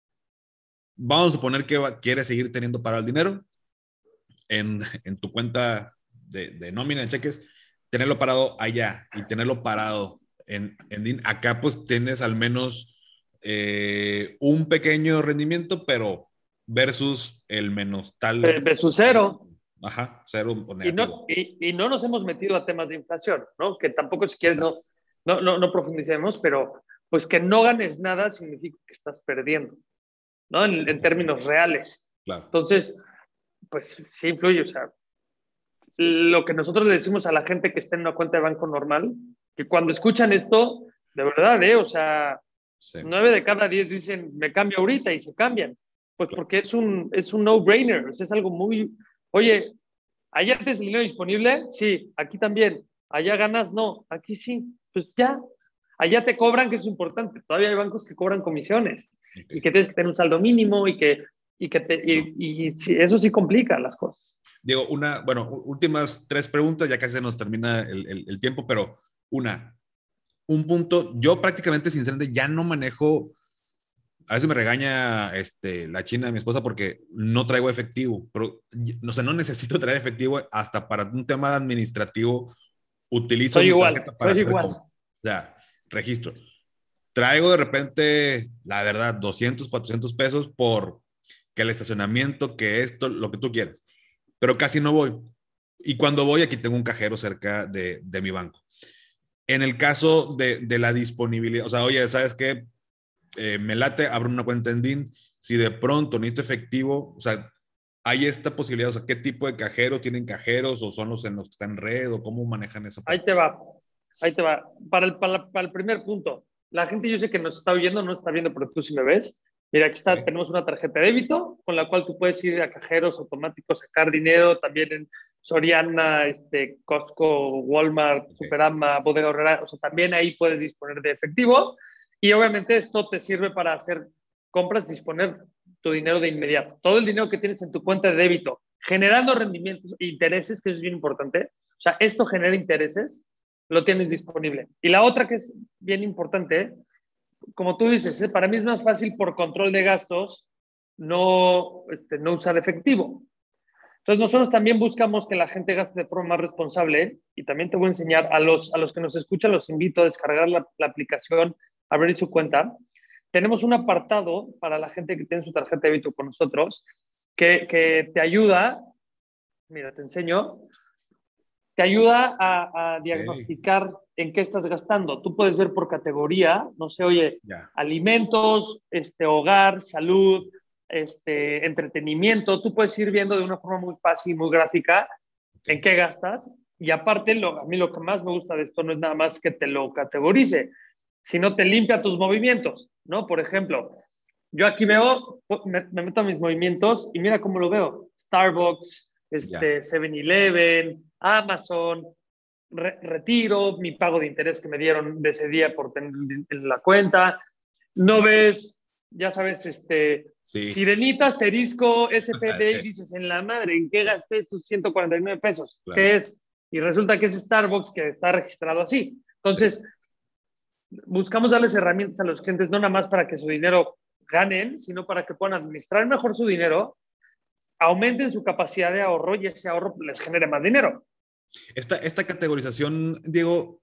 vamos a suponer que va, quieres seguir teniendo parado el dinero en, en tu cuenta de, de nómina, de cheques, tenerlo parado allá y tenerlo parado En, en D I N. Acá pues tienes al menos eh, un pequeño rendimiento, pero versus el menos tal. Versus cero. Ajá, cero o negativo. Y no, y, y no nos hemos metido a temas de inflación, ¿no? Que tampoco si quieres no, no, no, no profundicemos, pero pues que no ganes nada significa que estás perdiendo, ¿no? En, en términos reales. Claro. Entonces, pues sí influye, o sea, lo que nosotros le decimos a la gente que está en una cuenta de banco normal, que cuando escuchan esto, de verdad, ¿eh? O sea, sí. nueve de cada diez dicen, me cambio ahorita, y se cambian. Pues claro, porque es un, es un no-brainer, o sea, es algo muy, oye, ¿allá tienes el dinero disponible? Sí, aquí también. ¿Allá ganas? No, aquí sí. Pues ya, allá te cobran, que es importante. Todavía hay bancos que cobran comisiones, okay, y que tienes que tener un saldo mínimo y que, y que te, y, y, y sí, eso sí complica las cosas. Diego, una, bueno, últimas tres preguntas, ya casi se nos termina el, el, el tiempo, pero una, un punto, yo prácticamente, sinceramente, ya no manejo, a veces me regaña este, la china de mi esposa porque no traigo efectivo, pero, o sea, no necesito traer efectivo hasta para un tema administrativo, utilizo soy mi igual, tarjeta para soy hacer igual. como, o sea, registro. Traigo de repente, la verdad, doscientos, cuatrocientos pesos por que el estacionamiento, que esto, lo que tú quieras, pero casi no voy. Y cuando voy, aquí tengo un cajero cerca de, de mi banco. En el caso de, de la disponibilidad, o sea, oye, ¿sabes qué? Eh, me late, abro una cuenta en D I N. Si de pronto necesito efectivo, o sea, hay esta posibilidad, o sea, ¿qué tipo de cajero tienen cajeros o son los en los que están en red o cómo manejan eso? Ahí te va, ahí te va. Para el, para, para el primer punto, la gente yo sé que nos está oyendo, no está viendo, pero tú sí me ves. Mira, aquí está, okay, tenemos una tarjeta de débito con la cual tú puedes ir a cajeros automáticos, sacar dinero, también en Soriana, este, Costco, Walmart, Ok. Superama, Bodega Aurrera, o sea, también ahí puedes disponer de efectivo y obviamente esto te sirve para hacer compras, disponer tu dinero de inmediato. Todo el dinero que tienes en tu cuenta de débito, generando rendimientos e intereses, que eso es bien importante. O sea, esto genera intereses, lo tienes disponible. Y la otra que es bien importante, como tú dices, ¿eh? Para mí es más fácil por control de gastos no, este, no usar efectivo. Entonces nosotros también buscamos que la gente gaste de forma más responsable y también te voy a enseñar a los, a los que nos escuchan, los invito a descargar la, la aplicación, a abrir su cuenta. Tenemos un apartado para la gente que tiene su tarjeta de débito con nosotros que, que te ayuda, mira, te enseño, te ayuda a, a Ok. diagnosticar en qué estás gastando. Tú puedes ver por categoría, no sé, oye, Ya. alimentos, este, hogar, salud, este, entretenimiento. Tú puedes ir viendo de una forma muy fácil, muy gráfica, Ok. en qué gastas. Y aparte, lo, a mí lo que más me gusta de esto no es nada más que te lo categorice, sino te limpia tus movimientos, ¿no? Por ejemplo, yo aquí veo, me, me meto a mis movimientos y mira cómo lo veo. Starbucks, Ya. este, seven eleven, Amazon, re, retiro, mi pago de interés que me dieron de ese día por tener en la cuenta. No ves, ya sabes, este, Sí. Sirenita, asterisco, S P B, Sí, y dices, en la madre, ¿en qué gasté estos ciento cuarenta y nueve pesos? claro. ¿Qué es? Y resulta que es Starbucks que está registrado así. Sí. Entonces, buscamos darles herramientas a los clientes, no nada más para que su dinero ganen, sino para que puedan administrar mejor su dinero, aumenten su capacidad de ahorro y ese ahorro les genere más dinero. Esta, esta categorización, Diego,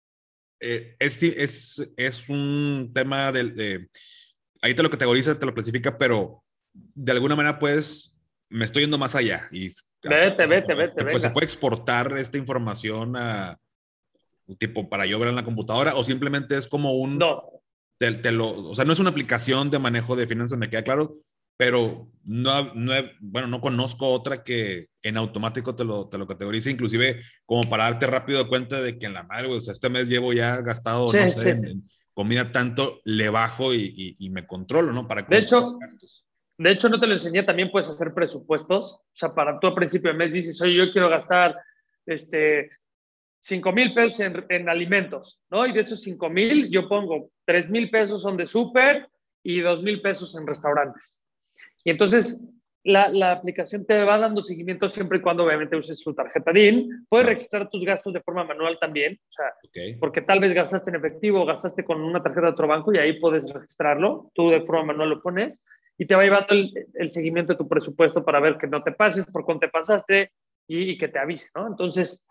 eh, es, sí, es, es un tema del, de, ahí te lo categoriza, te lo clasifica, pero de alguna manera pues me estoy yendo más allá y Vete, vete, vete, pues se venga. puede exportar esta información a tipo para yo ver en la computadora o simplemente es como un, No, te, te lo, o sea, no es una aplicación de manejo de finanzas, me queda claro, pero no, no he, bueno, no conozco otra que en automático te lo, te lo categorice, inclusive como para darte rápido cuenta de que en la madre, o sea, este mes llevo ya gastado, no sí, sé, sí. en, en comida tanto, le bajo y, y, y, me controlo, ¿no? Para De controlar hecho, gastos. de hecho, no te lo enseñé, también puedes hacer presupuestos. O sea, para tú a principio de mes dices, oye, yo quiero gastar este, cinco mil pesos en, en alimentos, ¿no? Y de esos cinco mil, yo pongo tres mil pesos son de súper y dos mil pesos en restaurantes. Y entonces la, la, aplicación te va dando seguimiento siempre y cuando obviamente uses su tarjeta D I N. Puedes Claro. registrar tus gastos de forma manual también, o sea, Ok. porque tal vez gastaste en efectivo o gastaste con una tarjeta de otro banco y ahí puedes registrarlo. Tú de forma manual lo pones y te va llevando el, el seguimiento de tu presupuesto para ver que no te pases, por cuánto te pasaste y, y que te avise, ¿no? Entonces,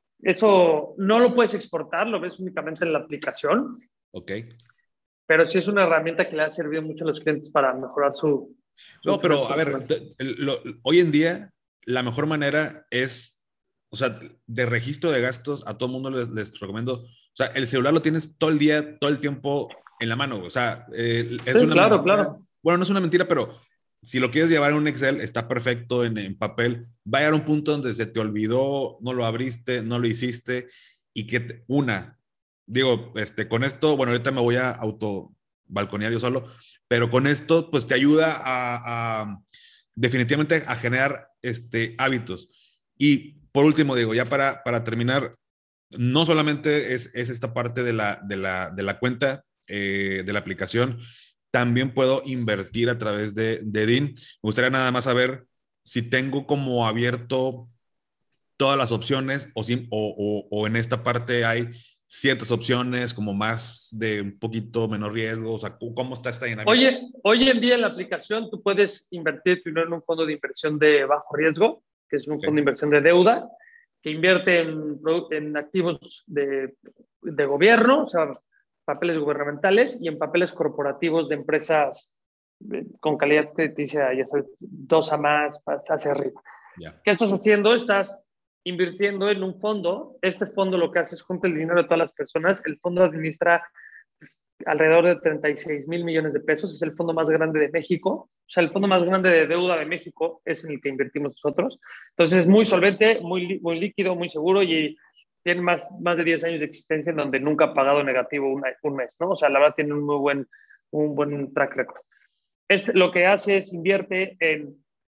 eso no lo puedes exportar, lo ves únicamente en la aplicación, Ok. pero sí es una herramienta que le ha servido mucho a los clientes para mejorar su, sus No, pero finanzas a ver, personales. te- lo- hoy en día la mejor manera es, o sea, de registro de gastos, a todo el mundo les, les recomiendo, o sea, el celular lo tienes todo el día, todo el tiempo en la mano, o sea, eh, es Sí, una claro, mentira, claro. bueno, no es una mentira, pero si lo quieres llevar en un Excel, está perfecto en, en papel, va a llegar un punto donde se te olvidó, no lo abriste, no lo hiciste, y que te- una, digo, este, con esto, bueno, ahorita me voy a auto balconear yo solo, pero con esto, pues te ayuda a, a definitivamente a generar este, hábitos. Y por último, digo, ya para, para terminar, no solamente es, es esta parte de la, de la, de la cuenta, eh, de la aplicación, también puedo invertir a través de, de D I N. Me gustaría nada más saber si tengo como abierto todas las opciones o, si, o, o, o en esta parte hay ciertas opciones como más de un poquito menos riesgo, o sea, ¿cómo está esta dinámica? Oye, hoy en día en la aplicación tú puedes invertir primero en un fondo de inversión de bajo riesgo, que es un Ok, fondo de inversión de deuda, que invierte en, en activos de, de gobierno, o sea, papeles gubernamentales y en papeles corporativos de empresas de, con calidad crediticia, ya sabes, dos a más, hacia arriba. ya. ¿Qué estás haciendo? Estás invirtiendo en un fondo. Este fondo lo que hace es junta el dinero de todas las personas. El fondo administra pues, alrededor de treinta y seis mil millones de pesos. Es el fondo más grande de México. O sea, el fondo más grande de deuda de México es en el que invertimos nosotros. Entonces es muy solvente, muy, muy líquido, muy seguro y tiene más, más de diez años de existencia en donde nunca ha pagado negativo un, un mes, ¿no? O sea, la verdad tiene un muy buen, un buen track record. Este, lo que hace es invierte en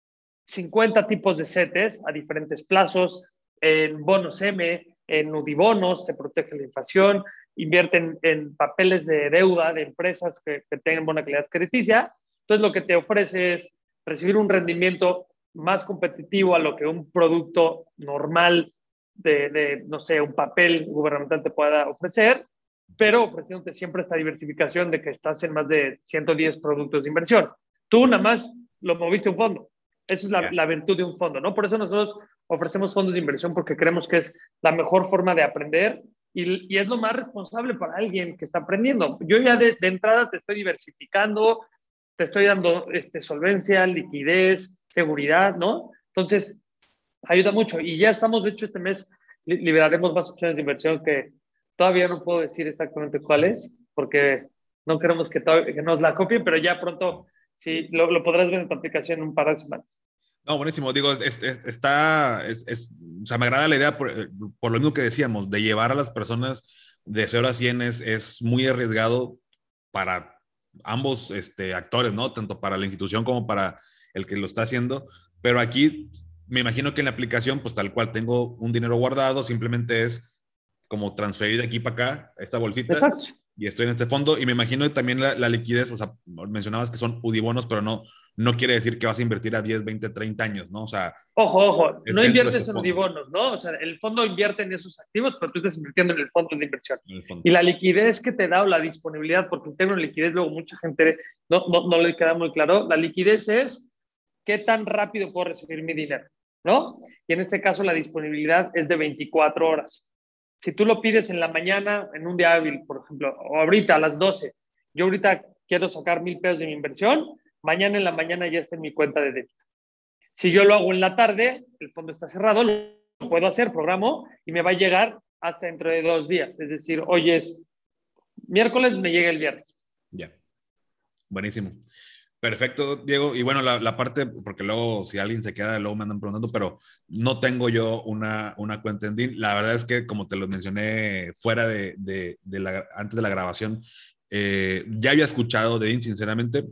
cincuenta tipos de CETES a diferentes plazos, en bonos M, en UDIbonos, se protege la inflación, invierten en papeles de deuda de empresas que, que tengan buena calidad crediticia. Entonces, lo que te ofrece es recibir un rendimiento más competitivo a lo que un producto normal de, de no sé, un papel gubernamental te pueda ofrecer, pero ofreciéndote siempre esta diversificación de que estás en más de ciento diez productos de inversión. Tú nada más lo moviste a un fondo. Esa es la, yeah. la virtud de un fondo, ¿no? Por eso nosotros ofrecemos fondos de inversión, porque creemos que es la mejor forma de aprender y, y es lo más responsable para alguien que está aprendiendo. Yo ya de, de entrada te estoy diversificando, te estoy dando este, solvencia, liquidez, seguridad, ¿no? Entonces, ayuda mucho. Y ya estamos, de hecho, este mes liberaremos más opciones de inversión que todavía no puedo decir exactamente cuáles, porque no queremos que, que nos la copien, pero ya pronto sí lo, lo podrás ver en tu aplicación en un par de semanas. No, buenísimo. Digo, es, es, está, es, es, o sea, me agrada la idea por, por lo mismo que decíamos, de llevar a las personas de cero a cien es, es muy arriesgado para ambos este, actores, ¿no? Tanto para la institución como para el que lo está haciendo. Pero aquí me imagino que en la aplicación, pues tal cual, tengo un dinero guardado, simplemente es como transferir de aquí para acá esta bolsita. Exacto. Y estoy en este fondo. Y me imagino también la, la liquidez, o sea, mencionabas que son UDIbonos, pero no, no quiere decir que vas a invertir a diez, veinte, treinta años, ¿no? O sea, ojo, ojo, no inviertes en UDIbonos, ¿no? O sea, el fondo invierte en esos activos, pero tú estás invirtiendo en el fondo de inversión. Y la liquidez que te da o la disponibilidad, porque el término liquidez luego mucha gente no, no, no le queda muy claro, la liquidez es qué tan rápido puedo recibir mi dinero, ¿no? Y en este caso la disponibilidad es de veinticuatro horas. Si tú lo pides en la mañana, en un día hábil, por ejemplo, o ahorita a las doce, yo ahorita quiero sacar mil pesos de mi inversión, mañana en la mañana ya está en mi cuenta de débito. Si yo lo hago en la tarde, el fondo está cerrado, lo puedo hacer, programo, y me va a llegar hasta dentro de dos días. Es decir, hoy es miércoles, me llega el viernes. Ya. Buenísimo. Perfecto, Diego. Y bueno, la, la parte, porque luego si alguien se queda, luego me andan preguntando, pero no tengo yo una, una cuenta en D I N. La verdad es que, como te lo mencioné fuera de, de, de la, antes de la grabación, eh, ya había escuchado de D I N, sinceramente.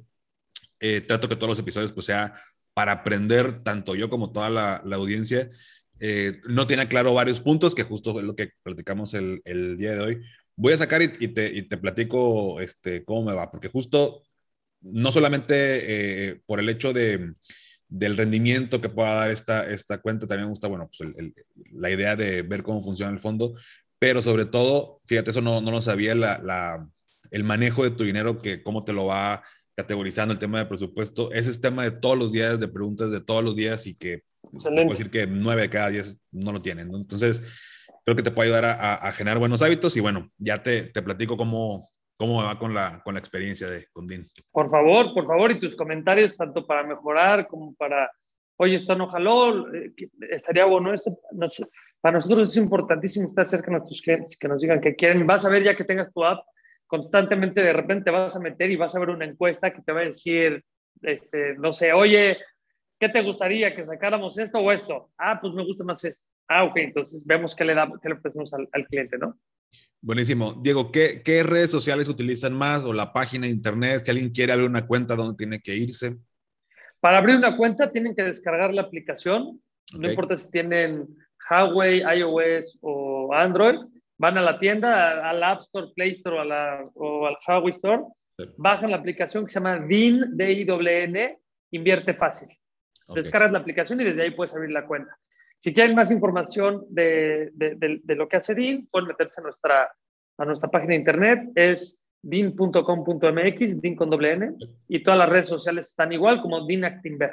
Eh, trato que todos los episodios pues sea para aprender, tanto yo como toda la, la audiencia. Eh, no tiene claro varios puntos, que justo es lo que platicamos el, el día de hoy. Voy a sacar y, y, te, y te platico este, cómo me va, porque justo no solamente eh, por el hecho de, del rendimiento que pueda dar esta, esta cuenta, también me gusta, bueno, pues el, el, la idea de ver cómo funciona el fondo, pero sobre todo, fíjate, eso no, no lo sabía, la, la, el manejo de tu dinero, que cómo te lo va categorizando, el tema de presupuesto, ese es tema de todos los días, de preguntas de todos los días, y que te puedo decir que nueve de cada diez no lo tienen, ¿no? Entonces, creo que te puede ayudar a, a, a generar buenos hábitos, y bueno, ya te, te platico cómo ¿Cómo me va con la, con la experiencia de con D I N? Por favor, por favor, y tus comentarios, tanto para mejorar como para, oye, esto no jaló, eh, estaría bueno esto. Nos, para nosotros es importantísimo estar cerca de nuestros clientes, que nos digan que quieren. Vas a ver, ya que tengas tu app, constantemente de repente vas a meter y vas a ver una encuesta que te va a decir, este, no sé, oye, ¿qué te gustaría que sacáramos esto o esto? Ah, pues me gusta más esto. Ah, ok, entonces vemos qué le, da, qué le ofrecemos al, al cliente, ¿no? Buenísimo. Diego, ¿qué, ¿qué redes sociales utilizan más o la página de internet? Si alguien quiere abrir una cuenta, ¿dónde tiene que irse? Para abrir una cuenta tienen que descargar la aplicación. Okay. No importa si tienen Huawei, iOS o Android. Van a la tienda, a la App Store, Play Store o, a la, o al Huawei Store. Sí. Bajan la aplicación que se llama D I N, D I W N, Invierte Fácil. Okay. Descargas la aplicación y desde ahí puedes abrir la cuenta. Si quieren más información de, de, de, de lo que hace D I N, pueden meterse a nuestra, a nuestra página de internet. Es D I N punto com punto M X, D I N con doble N, y todas las redes sociales están igual como D I N Actinver.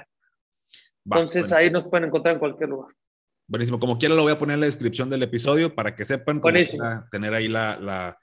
Entonces Va, ahí nos pueden encontrar en cualquier lugar. Buenísimo. Como quiera lo voy a poner en la descripción del episodio para que sepan cómo tener ahí la, la,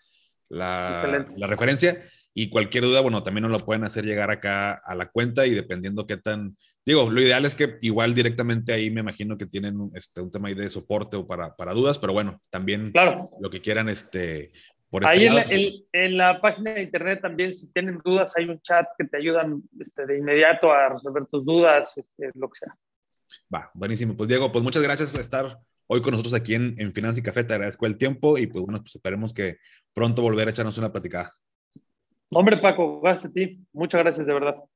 la, la referencia. Y cualquier duda, bueno, también nos lo pueden hacer llegar acá a la cuenta, y dependiendo qué tan... Digo, lo ideal es que igual directamente ahí me imagino que tienen este, un tema ahí de soporte o para, para dudas, pero bueno, también claro. Lo que quieran este, por este ahí lado. En la, pues, el, en la página de internet también, si tienen dudas, hay un chat que te ayudan este, de inmediato a resolver tus dudas, este, lo que sea. Va, buenísimo. Pues Diego, pues muchas gracias por estar hoy con nosotros aquí en, en Finanzas y Café. Te agradezco el tiempo y pues bueno, pues esperemos que pronto volver a echarnos una platicada. Hombre, Paco, gracias a ti. Muchas gracias, de verdad.